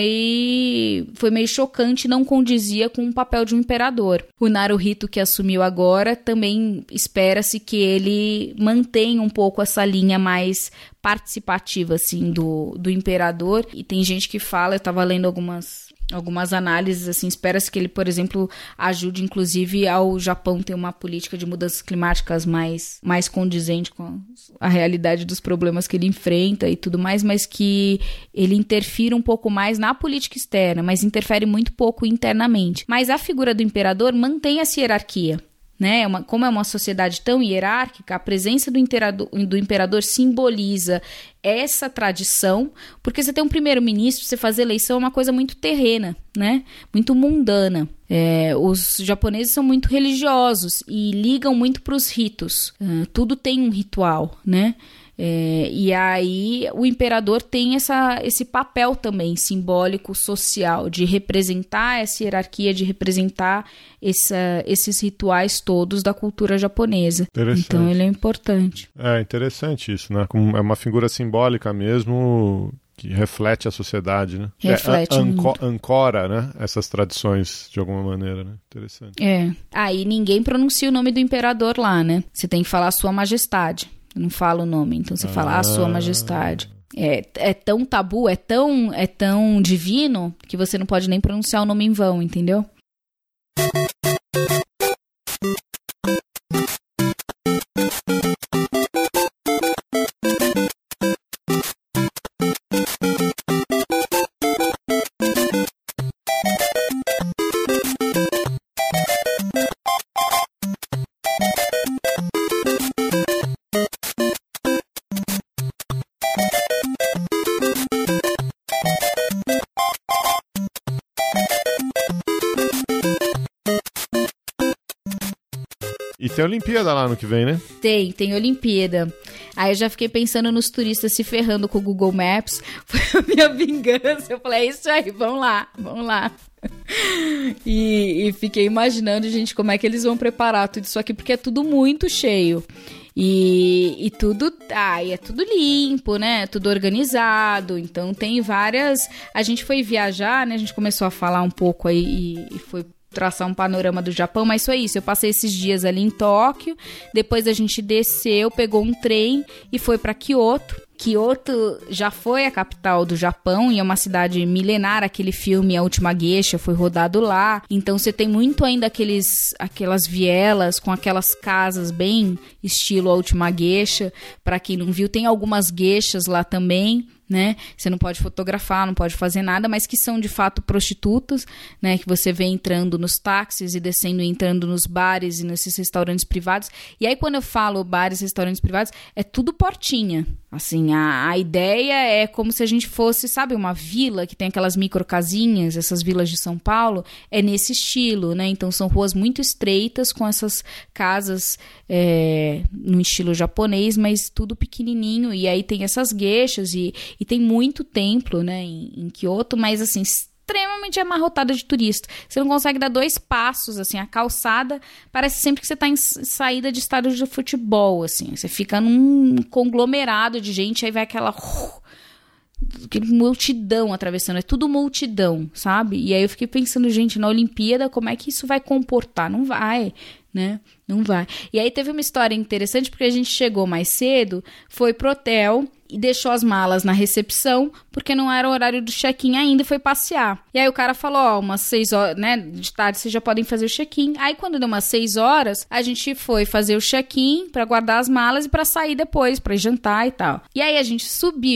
foi, foi meio chocante, não condizia com o papel de um imperador. O Naruhito, que assumiu agora, também espera-se que ele mantenha um pouco essa linha mais participativa, assim, do, do imperador. E tem gente que fala, eu estava lendo algumas... algumas análises, assim, espera-se que ele, por exemplo, ajude, inclusive, ao Japão ter uma política de mudanças climáticas mais, mais condizente com a realidade dos problemas que ele enfrenta e tudo mais, mas que ele interfira um pouco mais na política externa, mas interfere muito pouco internamente. Mas a figura do imperador mantém essa hierarquia. Né? Uma, como é uma sociedade tão hierárquica, a presença do imperador, do imperador simboliza essa tradição, porque você tem um primeiro-ministro, você fazer eleição é uma coisa muito terrena, né? Muito mundana. É, os japoneses são muito religiosos e ligam muito para os ritos. Uh, tudo tem um ritual, né? É, e aí o imperador tem essa, esse papel também simbólico, social, de representar essa hierarquia, de representar essa, esses rituais todos da cultura japonesa. Então ele é importante. É interessante isso, né? Como é uma figura simbólica mesmo, que reflete a sociedade, né? Reflete é, anco, ancora, né? Essas tradições de alguma maneira, né? Interessante. É. Aí ninguém pronuncia o nome do imperador lá, né? Você tem que falar Sua Majestade. Não fala o nome, então você ah. fala a Sua Majestade. É, é tão tabu, é tão, é tão divino que você não pode nem pronunciar o nome em vão, entendeu? E tem Olimpíada lá no que vem, né? Tem, tem Olimpíada. Aí eu já fiquei pensando nos turistas se ferrando com o Google Maps. Foi a minha vingança. Eu falei, é isso aí, vamos lá, vamos lá. E, e fiquei imaginando, gente, como é que eles vão preparar tudo isso aqui, porque é tudo muito cheio. E, e tudo, ah, e é tudo limpo, né? Tudo organizado. Então tem várias... A gente foi viajar, né? A gente começou a falar um pouco aí e, e foi traçar um panorama do Japão, mas foi isso. Eu passei esses dias ali em Tóquio, depois a gente desceu, pegou um trem e foi para Kyoto. Kyoto já foi a capital do Japão e é uma cidade milenar. Aquele filme A Última Geisha foi rodado lá. Então você tem muito ainda aqueles, aquelas vielas com aquelas casas bem estilo A Última Geisha. Para quem não viu, tem algumas geishas lá também, né? Você não pode fotografar, não pode fazer nada, mas que são de fato prostitutas, né? Que você vê entrando nos táxis e descendo e entrando nos bares e nesses restaurantes privados. E aí quando eu falo bares e restaurantes privados, é tudo portinha. Assim, a, a ideia é como se a gente fosse, sabe, uma vila que tem aquelas microcasinhas, essas vilas de São Paulo, é nesse estilo, né? Então são ruas muito estreitas com essas casas é, no estilo japonês, mas tudo pequenininho. E aí tem essas geishas e, e tem muito templo, né, em, em Kyoto, mas assim, extremamente amarrotada de turista. Você não consegue dar dois passos, assim, a calçada parece sempre que você está em saída de estádio de futebol, assim. Você fica num conglomerado de gente, aí vai aquela... aquela multidão atravessando, é tudo multidão, sabe? E aí eu fiquei pensando, gente, na Olimpíada, como é que isso vai comportar? Não vai, né? Não vai. E aí teve uma história interessante, porque a gente chegou mais cedo, foi pro hotel e deixou as malas na recepção, porque não era o horário do check-in ainda, e foi passear. E aí o cara falou, ó, umas seis horas, né, de tarde vocês já podem fazer o check-in. Aí quando deu umas seis horas, a gente foi fazer o check-in pra guardar as malas e pra sair depois, pra jantar e tal. E aí a gente subiu,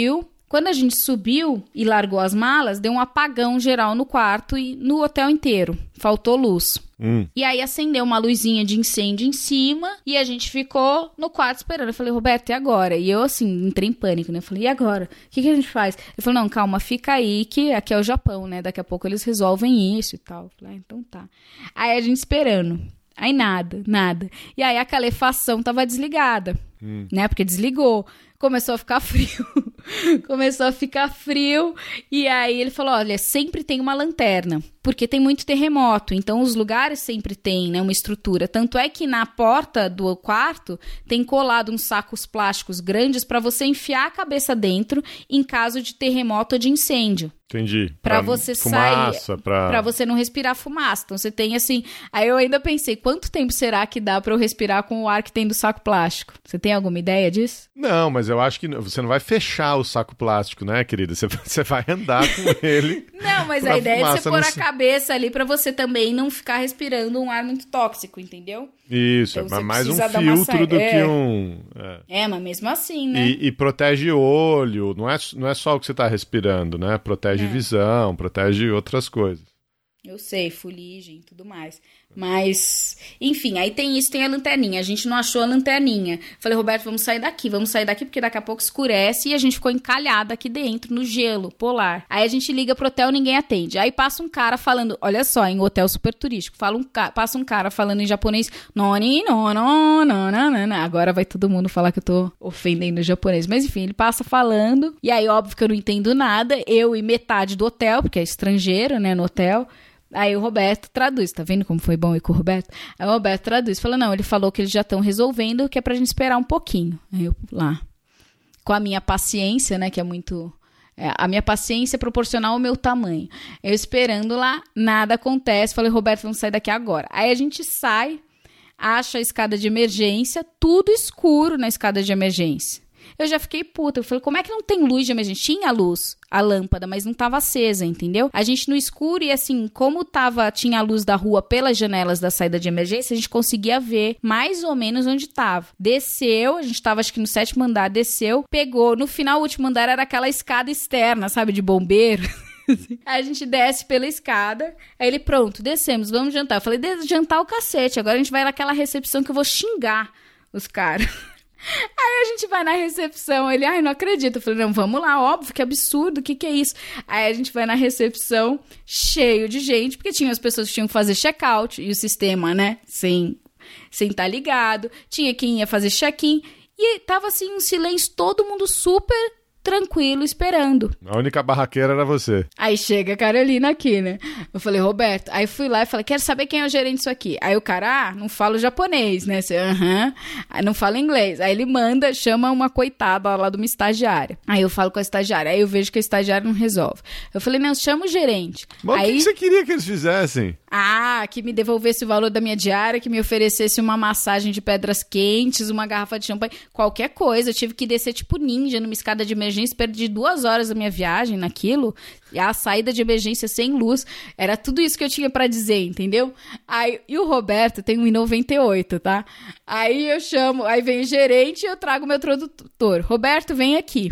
Quando a gente subiu e largou as malas, deu um apagão geral no quarto e no hotel inteiro. Faltou luz. Hum. E aí acendeu uma luzinha de incêndio em cima e a gente ficou no quarto esperando. Eu falei, Roberto, e agora? E eu, assim, entrei em pânico, né? Eu falei, e agora? O que, que a gente faz? Ele falou, não, calma, fica aí que aqui é o Japão, né? Daqui a pouco eles resolvem isso e tal. Eu falei, ah, então tá. Aí a gente esperando. Aí nada, nada. E aí a calefação tava desligada, hum. né? Porque desligou. Começou a ficar frio. Começou a ficar frio. E aí ele falou, olha, sempre tem uma lanterna. Porque tem muito terremoto. Então os lugares sempre tem, né, uma estrutura. Tanto é que na porta do quarto tem colado uns sacos plásticos grandes para você enfiar a cabeça dentro em caso de terremoto ou de incêndio. Entendi. Pra, pra você fumaça, sair, pra... pra você não respirar fumaça. Então você tem assim... Aí eu ainda pensei, quanto tempo será que dá pra eu respirar com o ar que tem do saco plástico? Você tem alguma ideia disso? Não, mas eu acho que você não vai fechar o saco plástico, né, querida? Você, você vai andar com ele. Não, mas a ideia é você pôr a cabeça ali pra você também não ficar respirando um ar muito tóxico, entendeu? Isso, então, é mais um filtro do é. que um... É. é, mas mesmo assim, né? E, e protege o olho, não é, não é só o que você tá respirando, né? Protege é. visão, protege outras coisas. Eu sei, fuligem e tudo mais. Mas, enfim, aí tem isso, tem a lanterninha. A gente não achou a lanterninha. Falei, Roberto, vamos sair daqui, vamos sair daqui, porque daqui a pouco escurece e a gente ficou encalhada aqui dentro, no gelo polar. Aí a gente liga pro hotel, ninguém atende. Aí passa um cara falando, olha só, em hotel super turístico, fala um ca... passa um cara falando em japonês, noni, no, no, no, no, no, no. Agora vai todo mundo falar que eu tô ofendendo o japonês. Mas enfim, ele passa falando, e aí óbvio que eu não entendo nada, eu e metade do hotel, porque é estrangeiro, né, no hotel. Aí o Roberto traduz, tá vendo como foi bom ir com o Roberto? Aí o Roberto traduz, fala, não, ele falou que eles já estão resolvendo, que é pra gente esperar um pouquinho. Aí eu lá, com a minha paciência, né, que é muito... É, a minha paciência é proporcional ao meu tamanho. Eu esperando lá, nada acontece, falei, Roberto, vamos sair daqui agora. Aí a gente sai, acha a escada de emergência, tudo escuro na escada de emergência. Eu já fiquei puta, eu falei, como é que não tem luz de emergência? Tinha luz, a lâmpada, mas não tava acesa, entendeu? A gente no escuro e assim, como tava, tinha a luz da rua pelas janelas da saída de emergência, a gente conseguia ver mais ou menos onde tava. Desceu, a gente tava acho que no sétimo andar, desceu, pegou, no final o último andar era aquela escada externa, sabe, de bombeiro. Aí a gente desce pela escada, aí ele, pronto, descemos, vamos jantar. Eu falei, jantar o cacete, agora a gente vai naquela recepção que eu vou xingar os caras. Aí a gente vai na recepção, ele, ai, não acredito. Eu falei, não, vamos lá, óbvio, que absurdo, o que que é isso? Aí a gente vai na recepção, cheio de gente, porque tinha as pessoas que tinham que fazer check-out, e o sistema, né, sem sem estar ligado, tinha quem ia fazer check-in, e tava assim, um silêncio, todo mundo super tranquilo, esperando. A única barraqueira era você. Aí chega a Carolina aqui, né? Eu falei, Roberto, aí fui lá e falei, quero saber quem é o gerente disso aqui. Aí o cara, ah, não fala japonês, né? Você, aham. Aí não fala inglês. Aí ele manda, chama uma coitada lá de uma estagiária. Aí eu falo com a estagiária, aí eu vejo que a estagiária não resolve. Eu falei, não, chama o gerente. Mas aí... o que você queria que eles fizessem? Ah, que me devolvesse o valor da minha diária, que me oferecesse uma massagem de pedras quentes, uma garrafa de champanhe, qualquer coisa. Eu tive que descer tipo ninja numa escada de emergência, perdi duas horas da minha viagem naquilo, e a saída de emergência sem luz, era tudo isso que eu tinha pra dizer, entendeu? Aí, e o Roberto tem um e noventa e oito, tá? Aí eu chamo, aí vem o gerente e eu trago meu tradutor. Roberto, vem aqui.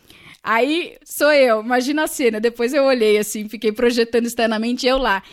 Aí sou eu, imagina a cena, depois eu olhei assim, fiquei projetando externamente, eu lá...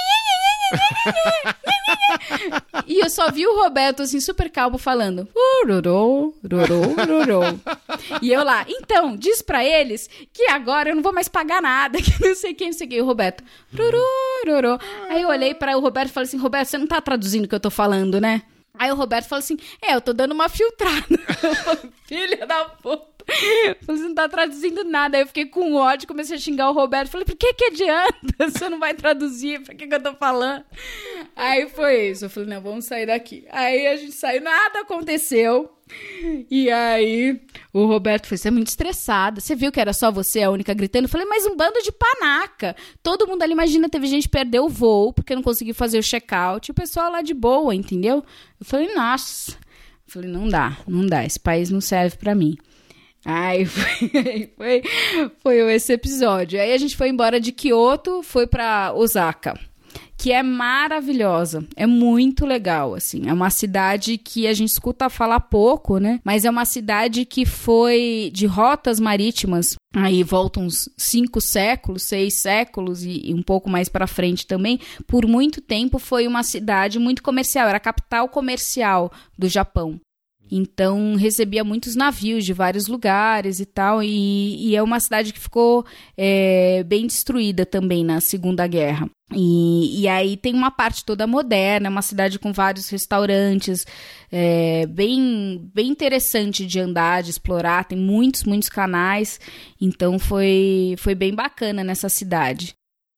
E eu só vi o Roberto assim super calmo falando ururô, ururô, ururô. E eu lá, então, diz pra eles que agora eu não vou mais pagar nada, que não sei quem, não sei quem. E o Roberto, ururô, ururô. Aí eu olhei pra o Roberto e falei assim, Roberto, você não tá traduzindo o que eu tô falando, né? Aí o Roberto falou assim, é, eu tô dando uma filtrada. Eu falei, filha da puta. Você não tá traduzindo nada. Aí eu fiquei com ódio, comecei a xingar o Roberto. Falei, por que que adianta? Você não vai traduzir, pra que que eu tô falando? Aí foi isso, eu falei, não, vamos sair daqui. Aí a gente saiu, nada aconteceu. E aí o Roberto foi, você é muito estressada. Você viu que era só você a única gritando? Eu falei, mas um bando de panaca. Todo mundo ali, imagina, teve gente que perdeu o voo porque não conseguiu fazer o check-out. E o pessoal lá de boa, entendeu? Eu falei, nossa. Eu falei, não dá, não dá. Esse país não serve pra mim. Aí foi, foi, foi esse episódio. Aí a gente foi embora de Kyoto, foi pra Osaka, que é maravilhosa, é muito legal, assim, é uma cidade que a gente escuta falar pouco, né, mas é uma cidade que foi de rotas marítimas, aí voltam uns cinco séculos, seis séculos e, e um pouco mais para frente também, por muito tempo foi uma cidade muito comercial, era a capital comercial do Japão. Então, recebia muitos navios de vários lugares e tal, e, e é uma cidade que ficou é, bem destruída também na Segunda Guerra. E, e aí tem uma parte toda moderna, é uma cidade com vários restaurantes, é, bem, bem interessante de andar, de explorar, tem muitos, muitos canais, então foi, foi bem bacana nessa cidade.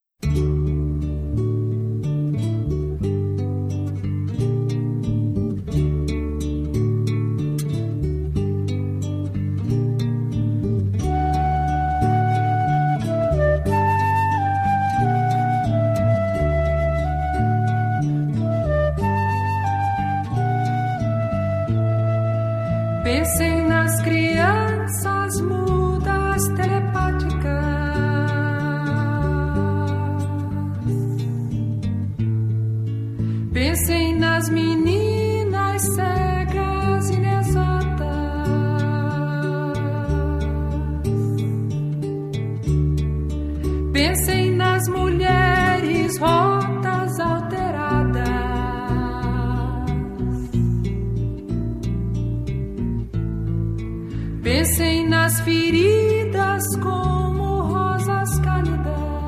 Pensem nas crianças mudas telepáticas. Pensem nas meninas cegas inexatas. Pensem nas mulheres rotas alteradas. Pensem nas feridas como rosas cálidas.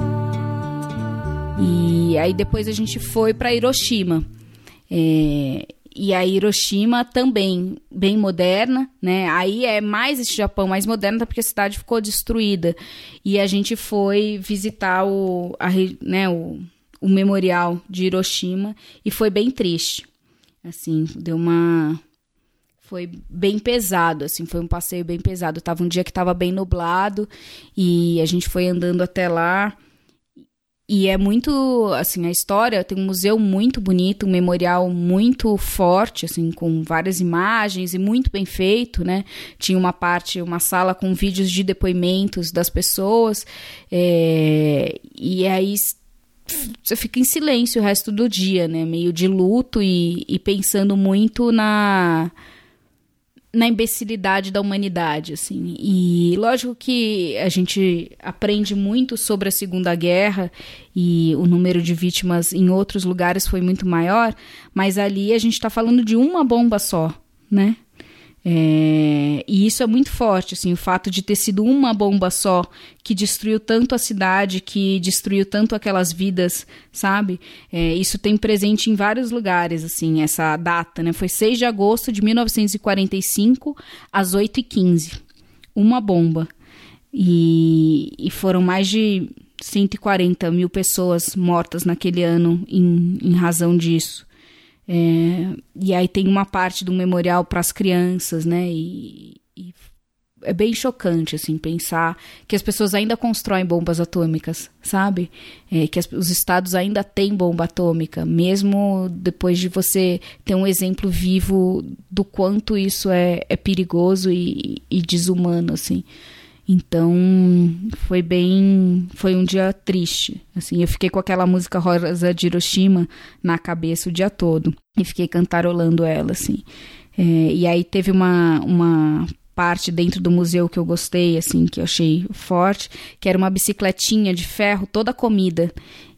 E aí depois a gente foi para Hiroshima. É, e a Hiroshima também bem moderna, né? Aí é mais esse Japão mais moderno, porque a cidade ficou destruída. E a gente foi visitar o, a, né, o, o memorial de Hiroshima e foi bem triste. Assim, deu uma... Foi bem pesado, assim, foi um passeio bem pesado. Tava um dia que estava bem nublado e a gente foi andando até lá. E é muito, assim, a história, tem um museu muito bonito, um memorial muito forte, assim, com várias imagens e muito bem feito, né? Tinha uma parte, uma sala com vídeos de depoimentos das pessoas, é, e aí você fica em silêncio o resto do dia, né? Meio de luto e, e pensando muito na... na imbecilidade da humanidade, assim. E lógico que a gente aprende muito sobre a Segunda Guerra e o número de vítimas em outros lugares foi muito maior, mas ali a gente está falando de uma bomba só, né? É, e isso é muito forte, assim, o fato de ter sido uma bomba só que destruiu tanto a cidade, que destruiu tanto aquelas vidas, sabe? É, isso tem presente em vários lugares, assim, essa data, né? Foi seis de agosto de mil novecentos e quarenta e cinco, às oito e quinze. Uma bomba. E, e foram mais de cento e quarenta mil pessoas mortas naquele ano em, em razão disso. É, e aí tem uma parte do memorial para as crianças, né? E, e é bem chocante, assim, pensar que as pessoas ainda constroem bombas atômicas, sabe? É, que as, os estados ainda têm bomba atômica, mesmo depois de você ter um exemplo vivo do quanto isso é, é perigoso e, e desumano, assim. Então, foi bem... Foi um dia triste, assim. Eu fiquei com aquela música Rosa de Hiroshima na cabeça o dia todo. E fiquei cantarolando ela, assim. É, e aí teve uma, uma parte dentro do museu que eu gostei, assim, que eu achei forte, que era uma bicicletinha de ferro toda comida.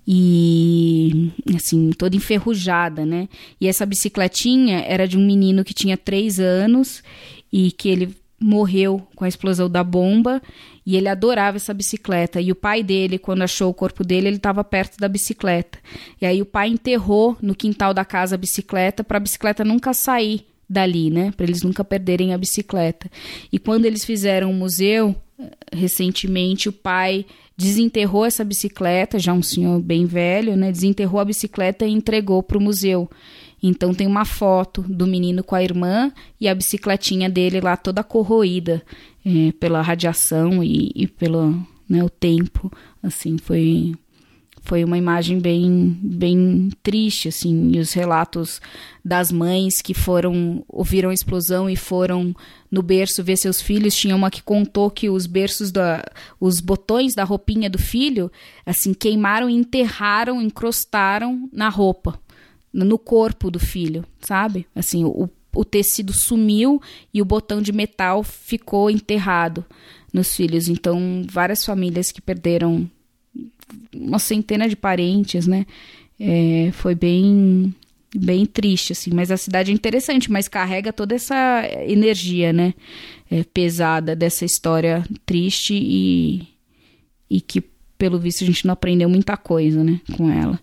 E, assim, toda enferrujada, né? E essa bicicletinha era de um menino que tinha três anos e que ele... morreu com a explosão da bomba e ele adorava essa bicicleta. E o pai dele, quando achou o corpo dele, ele estava perto da bicicleta. E aí o pai enterrou no quintal da casa a bicicleta para a bicicleta nunca sair dali, né? Para eles nunca perderem a bicicleta. E quando eles fizeram um museu, recentemente, o pai desenterrou essa bicicleta, já um senhor bem velho, né? Desenterrou a bicicleta e entregou para o museu. Então tem uma foto do menino com a irmã e a bicicletinha dele lá toda corroída é, pela radiação e, e pelo, né, o tempo. Assim, foi, Foi uma imagem bem, bem triste, assim, e os relatos das mães que foram, ouviram a explosão e foram no berço ver seus filhos. Tinha uma que contou que os berços, da, os botões da roupinha do filho, assim, queimaram e enterraram, encrostaram na roupa, no corpo do filho, sabe? Assim, o, o tecido sumiu e o botão de metal ficou enterrado nos filhos. Então, várias famílias que perderam uma centena de parentes, né? É, foi bem, bem triste, assim. Mas a cidade é interessante, mas carrega toda essa energia, né? É, pesada dessa história triste e, e que, pelo visto, a gente não aprendeu muita coisa, né? Com ela.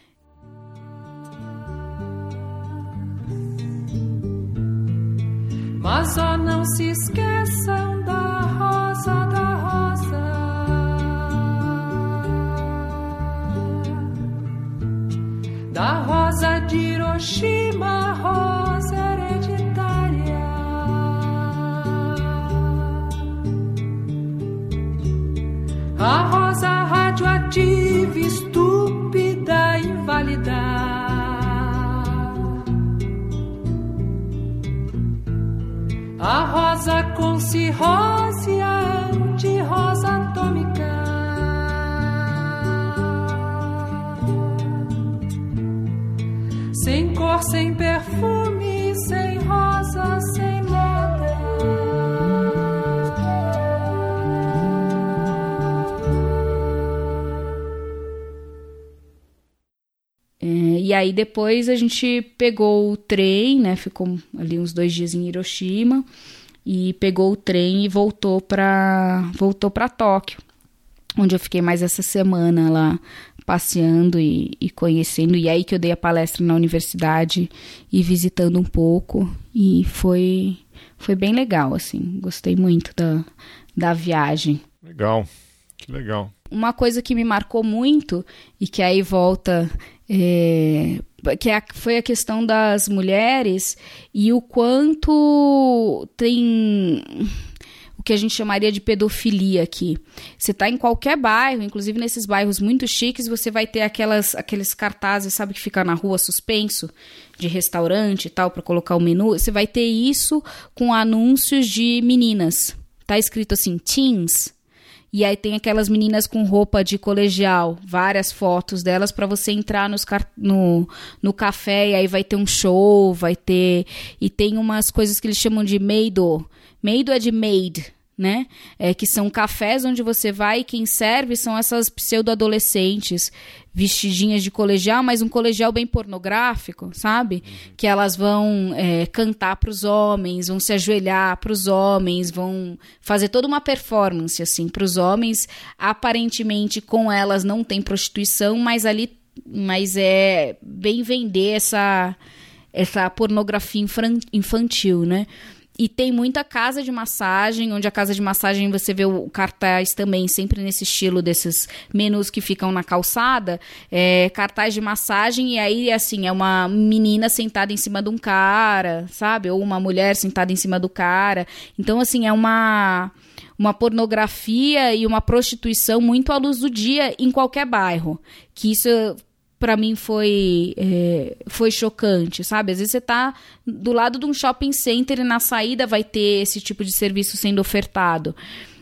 Mas ó, não se esqueçam da rosa, da rosa. Da rosa de Hiroshima, rosa hereditária. A rosa radioativa, estúpida, inválida. A rosa com cirrose, a anti-rosa atômica. Sem cor, sem perfume, sem rosa, sem moda. É, e aí depois a gente pegou o trem, né? Ficou ali uns dois dias em Hiroshima e pegou o trem e voltou para voltou para Tóquio, onde eu fiquei mais essa semana lá passeando e, e conhecendo, e aí que eu dei a palestra na universidade e visitando um pouco, e foi, foi bem legal, assim, gostei muito da, da viagem. Legal, que legal. Uma coisa que me marcou muito, e que aí volta, é, que é a, foi a questão das mulheres, e o quanto tem o que a gente chamaria de pedofilia aqui. Você está em qualquer bairro, inclusive nesses bairros muito chiques, você vai ter aquelas, aqueles cartazes, sabe, que fica na rua suspenso, de restaurante e tal, para colocar o menu. Você vai ter isso com anúncios de meninas. Tá escrito assim, teens. E aí tem aquelas meninas com roupa de colegial, várias fotos delas para você entrar nos car- no, no café, e aí vai ter um show, vai ter... E tem umas coisas que eles chamam de meido. Meido é de maid, né? É, que são cafés onde você vai e quem serve são essas pseudo-adolescentes vestidinhas de colegial, mas um colegial bem pornográfico, sabe? Uhum. Que elas vão é, cantar para os homens, vão se ajoelhar para os homens, vão fazer toda uma performance assim para os homens. Aparentemente com elas não tem prostituição, mas ali, mas é bem vender essa essa pornografia infantil, né? E tem muita casa de massagem, onde a casa de massagem você vê o cartaz também, sempre nesse estilo desses menus que ficam na calçada, é, cartaz de massagem, e aí, assim, é uma menina sentada em cima de um cara, sabe? Ou uma mulher sentada em cima do cara. Então, assim, é uma, uma pornografia e uma prostituição muito à luz do dia em qualquer bairro. Que isso... Pra mim foi, é, foi chocante, sabe? Às vezes você tá do lado de um shopping center e na saída vai ter esse tipo de serviço sendo ofertado.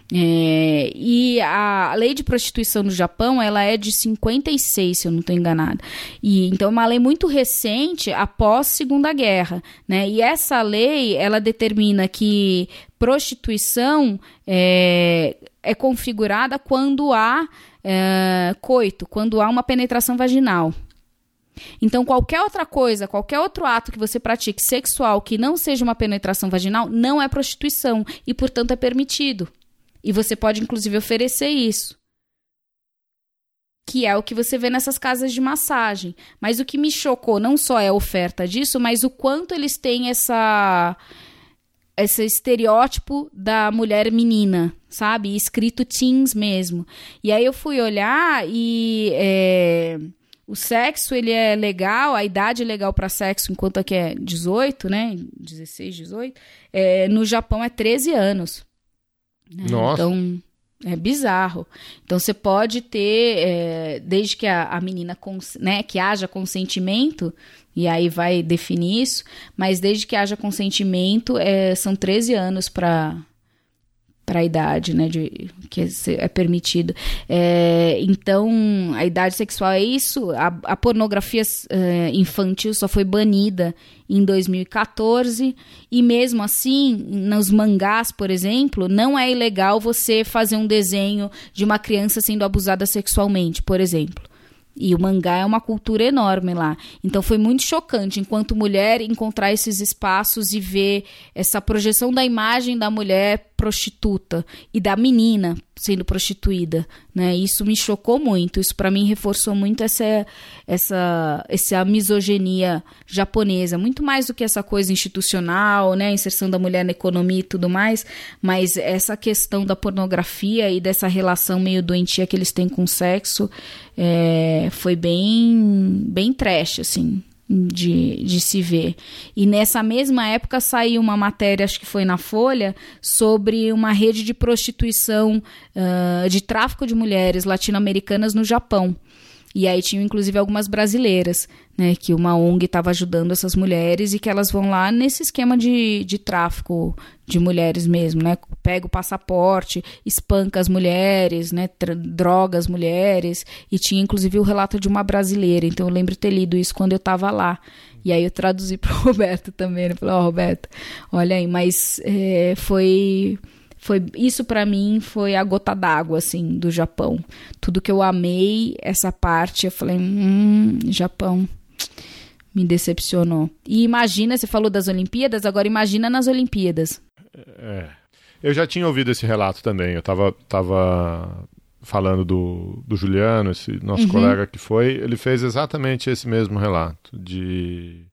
É, e a lei de prostituição no Japão, ela é de cinquenta e seis, se eu não estou enganada. E, então, é uma lei muito recente, após Segunda Guerra, né? E essa lei, ela determina que prostituição é, é configurada quando há é, coito, quando há uma penetração vaginal. Então, qualquer outra coisa, qualquer outro ato que você pratique sexual que não seja uma penetração vaginal, não é prostituição e, portanto, é permitido. E você pode, inclusive, oferecer isso. Que é o que você vê nessas casas de massagem. Mas o que me chocou não só é a oferta disso, mas o quanto eles têm essa... esse estereótipo da mulher menina, sabe? Escrito teens mesmo. E aí eu fui olhar e é, o sexo, ele é legal, a idade é legal para sexo, enquanto aqui é dezoito, né? dezesseis, dezoito. É, no Japão é treze anos. Né? Nossa. Então, É bizarro. Então você pode ter, é, desde que a, a menina, cons, né, que haja consentimento, e aí vai definir isso, mas desde que haja consentimento, é, são treze anos para para a idade, né, de, que é permitido. É, então, a idade sexual é isso. A, a pornografia é, infantil só foi banida em dois mil e quatorze, e mesmo assim, nos mangás, por exemplo, não é ilegal você fazer um desenho de uma criança sendo abusada sexualmente, por exemplo. E o mangá é uma cultura enorme lá. Então foi muito chocante, enquanto mulher, encontrar esses espaços e ver essa projeção da imagem da mulher prostituta e da menina sendo prostituída, né? Isso me chocou muito. Isso para mim reforçou muito essa, essa, essa misoginia japonesa, muito mais do que essa coisa institucional, né? A inserção da mulher na economia e tudo mais, mas essa questão da pornografia e dessa relação meio doentia que eles têm com o sexo é, foi bem, bem trash, assim. De, de se ver. E nessa mesma época saiu uma matéria, acho que foi na Folha, sobre uma rede de prostituição, uh, de tráfico de mulheres latino-americanas no Japão. E aí tinham inclusive algumas brasileiras, né, que uma O N G estava ajudando essas mulheres e que elas vão lá nesse esquema de, de tráfico de mulheres mesmo, né? Pega o passaporte, espanca as mulheres, né? Droga as mulheres. E tinha inclusive o relato de uma brasileira. Então eu lembro de ter lido isso quando eu estava lá. E aí eu traduzi para o Roberto também. Ele falou, ó, oh, Roberto, olha aí, mas é, foi... Foi, isso para mim foi a gota d'água, assim, do Japão. Tudo que eu amei, essa parte, eu falei, hum, Japão, me decepcionou. E imagina, você falou das Olimpíadas, agora imagina nas Olimpíadas. É, eu já tinha ouvido esse relato também, eu tava, tava falando do, do Juliano, esse nosso uhum. colega que foi, ele fez exatamente esse mesmo relato, de...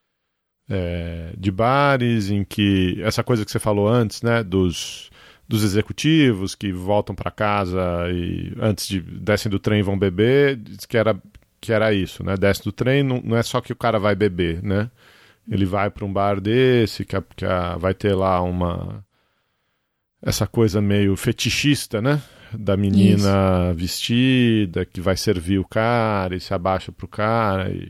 É, de bares em que, essa coisa que você falou antes, né, dos... dos executivos que voltam para casa e antes de descem do trem vão beber, diz que era, que era isso, né? Desce do trem, não, não é só que o cara vai beber, né? Ele vai para um bar desse, que, a, que a, vai ter lá uma... essa coisa meio fetichista, né? Da menina isso. vestida, que vai servir o cara e se abaixa pro cara. E,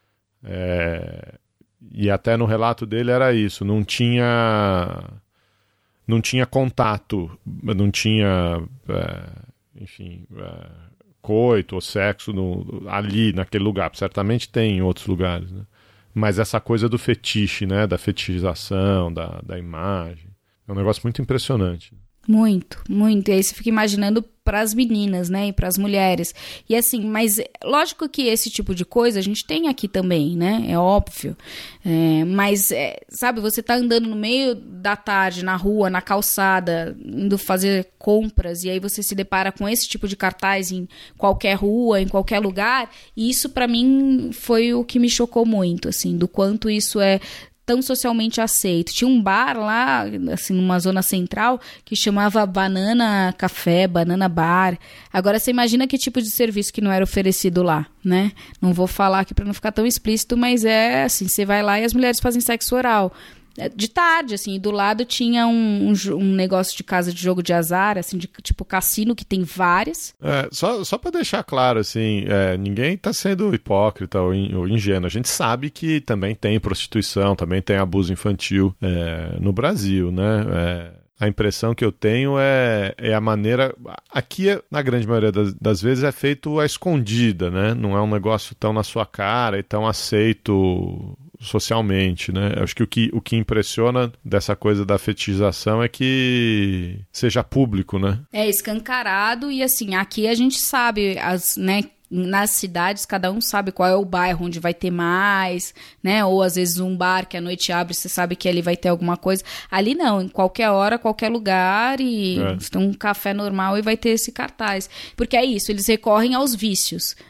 é, e até no relato dele era isso, não tinha... não tinha contato, não tinha, é, enfim, é, coito ou sexo no, ali, naquele lugar. Certamente tem em outros lugares, né? Mas essa coisa do fetiche, né? Da fetichização, da, da imagem. É um negócio muito impressionante. Muito, muito. E aí você fica imaginando para as meninas, né, e para as mulheres. E assim, mas lógico que esse tipo de coisa a gente tem aqui também, né, é óbvio. É, mas, é, sabe, você tá andando no meio da tarde, na rua, na calçada, indo fazer compras, e aí você se depara com esse tipo de cartaz em qualquer rua, em qualquer lugar, e isso para mim foi o que me chocou muito, assim, do quanto isso é tão socialmente aceito. Tinha um bar lá, assim, numa zona central, que chamava Banana Café, Banana Bar. Agora, você imagina que tipo de serviço que não era oferecido lá, né? Não vou falar aqui para não ficar tão explícito, mas é assim, você vai lá e as mulheres fazem sexo oral. De tarde, assim, e do lado tinha um, um, um negócio de casa de jogo de azar, assim, de tipo cassino, que tem várias. É, só só para deixar claro, assim, é, ninguém tá sendo hipócrita ou, in, ou ingênuo. A gente sabe que também tem prostituição, também tem abuso infantil é, no Brasil, né? É, a impressão que eu tenho é, é a maneira... Aqui, na grande maioria das, das vezes, é feito à escondida, né? Não é um negócio tão na sua cara e tão aceito socialmente, né? Acho que o que, o que impressiona dessa coisa da fetichização é que seja público, né? É escancarado e, assim, aqui a gente sabe, as, né... nas cidades, cada um sabe qual é o bairro onde vai ter mais, né? Ou às vezes um bar que à noite abre, você sabe que ali vai ter alguma coisa. Ali não, em qualquer hora, qualquer lugar, e é. Você tem um café normal e vai ter esse cartaz. Porque é isso, eles recorrem aos vícios,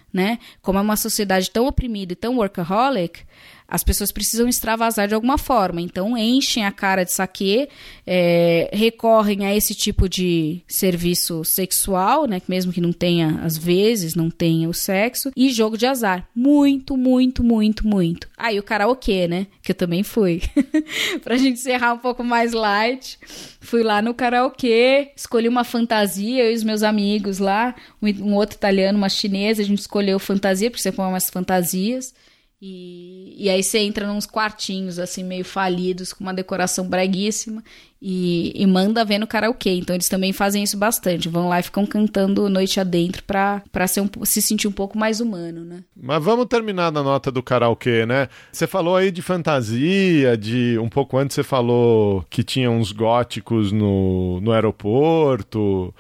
né? Como é uma sociedade tão oprimida e tão workaholic, as pessoas precisam extravasar de alguma forma. Então, enchem a cara de saquê, é, recorrem a esse tipo de serviço sexual, né? Mesmo que não tenha, às vezes, não tenha o sexo. E jogo de azar. Muito, muito, muito, muito. Ah, e o karaokê, né? Que eu também fui. Pra gente encerrar um pouco mais light. Fui lá no karaokê, escolhi uma fantasia, eu e os meus amigos lá. Um, um outro italiano, uma chinesa. A gente escolheu fantasia, porque você põe umas fantasias. E, e aí você entra nos quartinhos, assim, meio falidos, com uma decoração breguíssima, e, e manda ver no karaokê. Então eles também fazem isso bastante, vão lá e ficam cantando noite adentro pra, pra ser um, se sentir um pouco mais humano, né? Mas vamos terminar na nota do karaokê, né? Você falou aí de fantasia, de um pouco antes você falou que tinha uns góticos no, no aeroporto...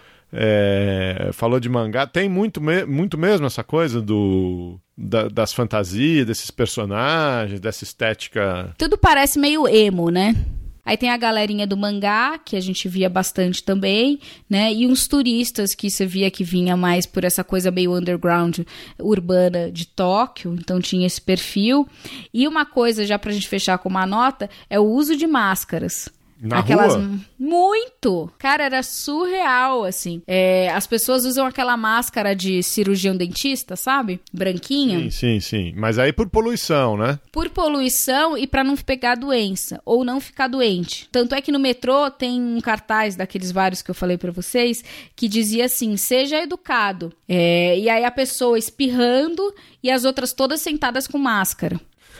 É, falou de mangá, tem muito, me- muito mesmo essa coisa do, da, das fantasias, desses personagens, dessa estética. Tudo parece meio emo, né? Aí tem a galerinha do mangá, que a gente via bastante também, né? E uns turistas que você via que vinha mais por essa coisa meio underground, urbana de Tóquio, então tinha esse perfil. E uma coisa, já pra gente fechar com uma nota, é o uso de máscaras. Na Aquelas... rua? Muito! Cara, era surreal, assim. É, as pessoas usam aquela máscara de cirurgião dentista, sabe? Branquinha. Sim, sim, sim. Mas aí por poluição, né? Por poluição e pra não pegar doença. Ou não ficar doente. Tanto é que no metrô tem um cartaz, daqueles vários que eu falei pra vocês, que dizia assim, seja educado. É, e aí a pessoa espirrando e as outras todas sentadas com máscara.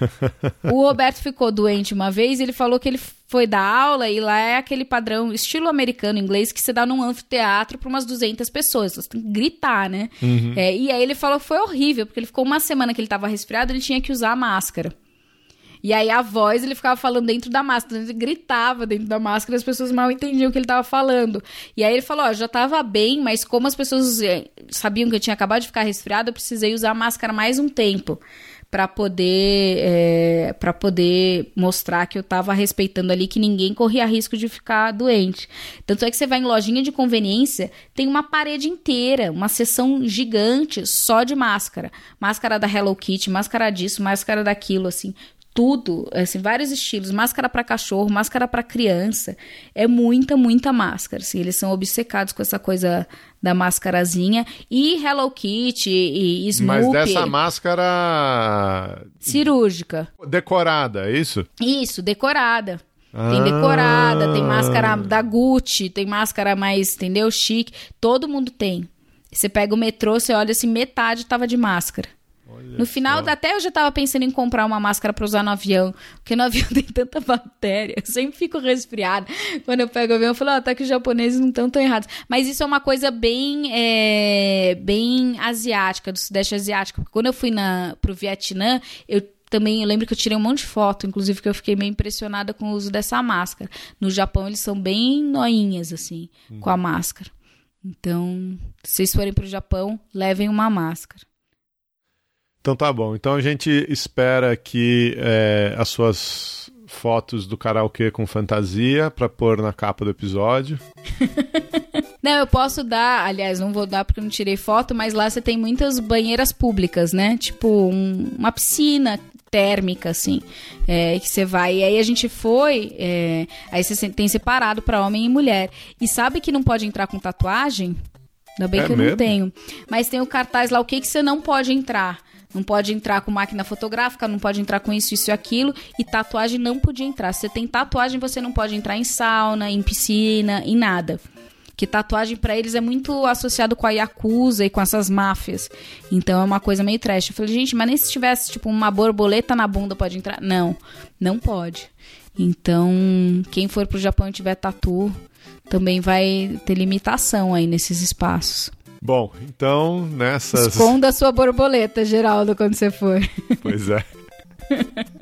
O Roberto ficou doente uma vez e ele falou que ele foi dar aula e lá é aquele padrão, estilo americano, inglês, que você dá num anfiteatro para umas duzentas pessoas. Você tem que gritar, né? Uhum. É, e aí ele falou que foi horrível, porque ele ficou uma semana que ele tava resfriado, ele tinha que usar a máscara. E aí a voz, ele ficava falando dentro da máscara, ele gritava dentro da máscara e as pessoas mal entendiam o que ele tava falando. E aí ele falou, ó, já tava bem, mas como as pessoas sabiam que eu tinha acabado de ficar resfriado, eu precisei usar a máscara mais um tempo. Para poder, é, para poder mostrar que eu estava respeitando ali, que ninguém corria risco de ficar doente. Tanto é que você vai em lojinha de conveniência, tem uma parede inteira, uma seção gigante só de máscara. Máscara da Hello Kitty, máscara disso, máscara daquilo, assim... Tudo, assim, vários estilos, máscara para cachorro, máscara para criança, é muita, muita máscara, assim, eles são obcecados com essa coisa da máscarazinha, e Hello Kitty, e Snoopy. Mas dessa máscara... cirúrgica. Decorada, é isso? Isso, decorada. Ah. Tem decorada, tem máscara da Gucci, tem máscara mais, entendeu, chique, todo mundo tem. Você pega o metrô, você olha assim, metade tava de máscara. Olha no final, só. Até eu já tava pensando em comprar uma máscara pra usar no avião, porque no avião tem tanta bactéria, eu sempre fico resfriada. Quando eu pego o avião, eu falo, ah, tá que os japoneses não estão tão errados. Mas isso é uma coisa bem, é, bem asiática, do sudeste asiático. Porque quando eu fui na, pro Vietnã, eu também, eu lembro que eu tirei um monte de foto, inclusive que eu fiquei meio impressionada com o uso dessa máscara. No Japão, eles são bem noinhas, assim, hum. com a máscara. Então, se vocês forem pro Japão, levem uma máscara. Então tá bom. Então a gente espera que é, as suas fotos do karaokê com fantasia para pôr na capa do episódio. Não, eu posso dar, aliás, não vou dar porque eu não tirei foto, mas lá você tem muitas banheiras públicas, né? Tipo um, uma piscina térmica, assim, é, que você vai. E aí a gente foi, é, aí você tem separado para homem e mulher. E sabe que não pode entrar com tatuagem? Ainda bem é que eu mesmo? Não tenho. Mas tem o cartaz lá, o que, que você não pode entrar. Não pode entrar com máquina fotográfica, não pode entrar com isso, isso e aquilo. E tatuagem não podia entrar. Se você tem tatuagem, você não pode entrar em sauna, em piscina, em nada. Que tatuagem pra eles é muito associado com a Yakuza e com essas máfias. Então é uma coisa meio trash. Eu falei, gente, mas nem se tivesse tipo uma borboleta na bunda pode entrar? Não, não pode. Então, quem for pro Japão e tiver tatu, também vai ter limitação aí nesses espaços. Bom, então nessas... Esconda a sua borboleta, Geraldo, quando você for. Pois é.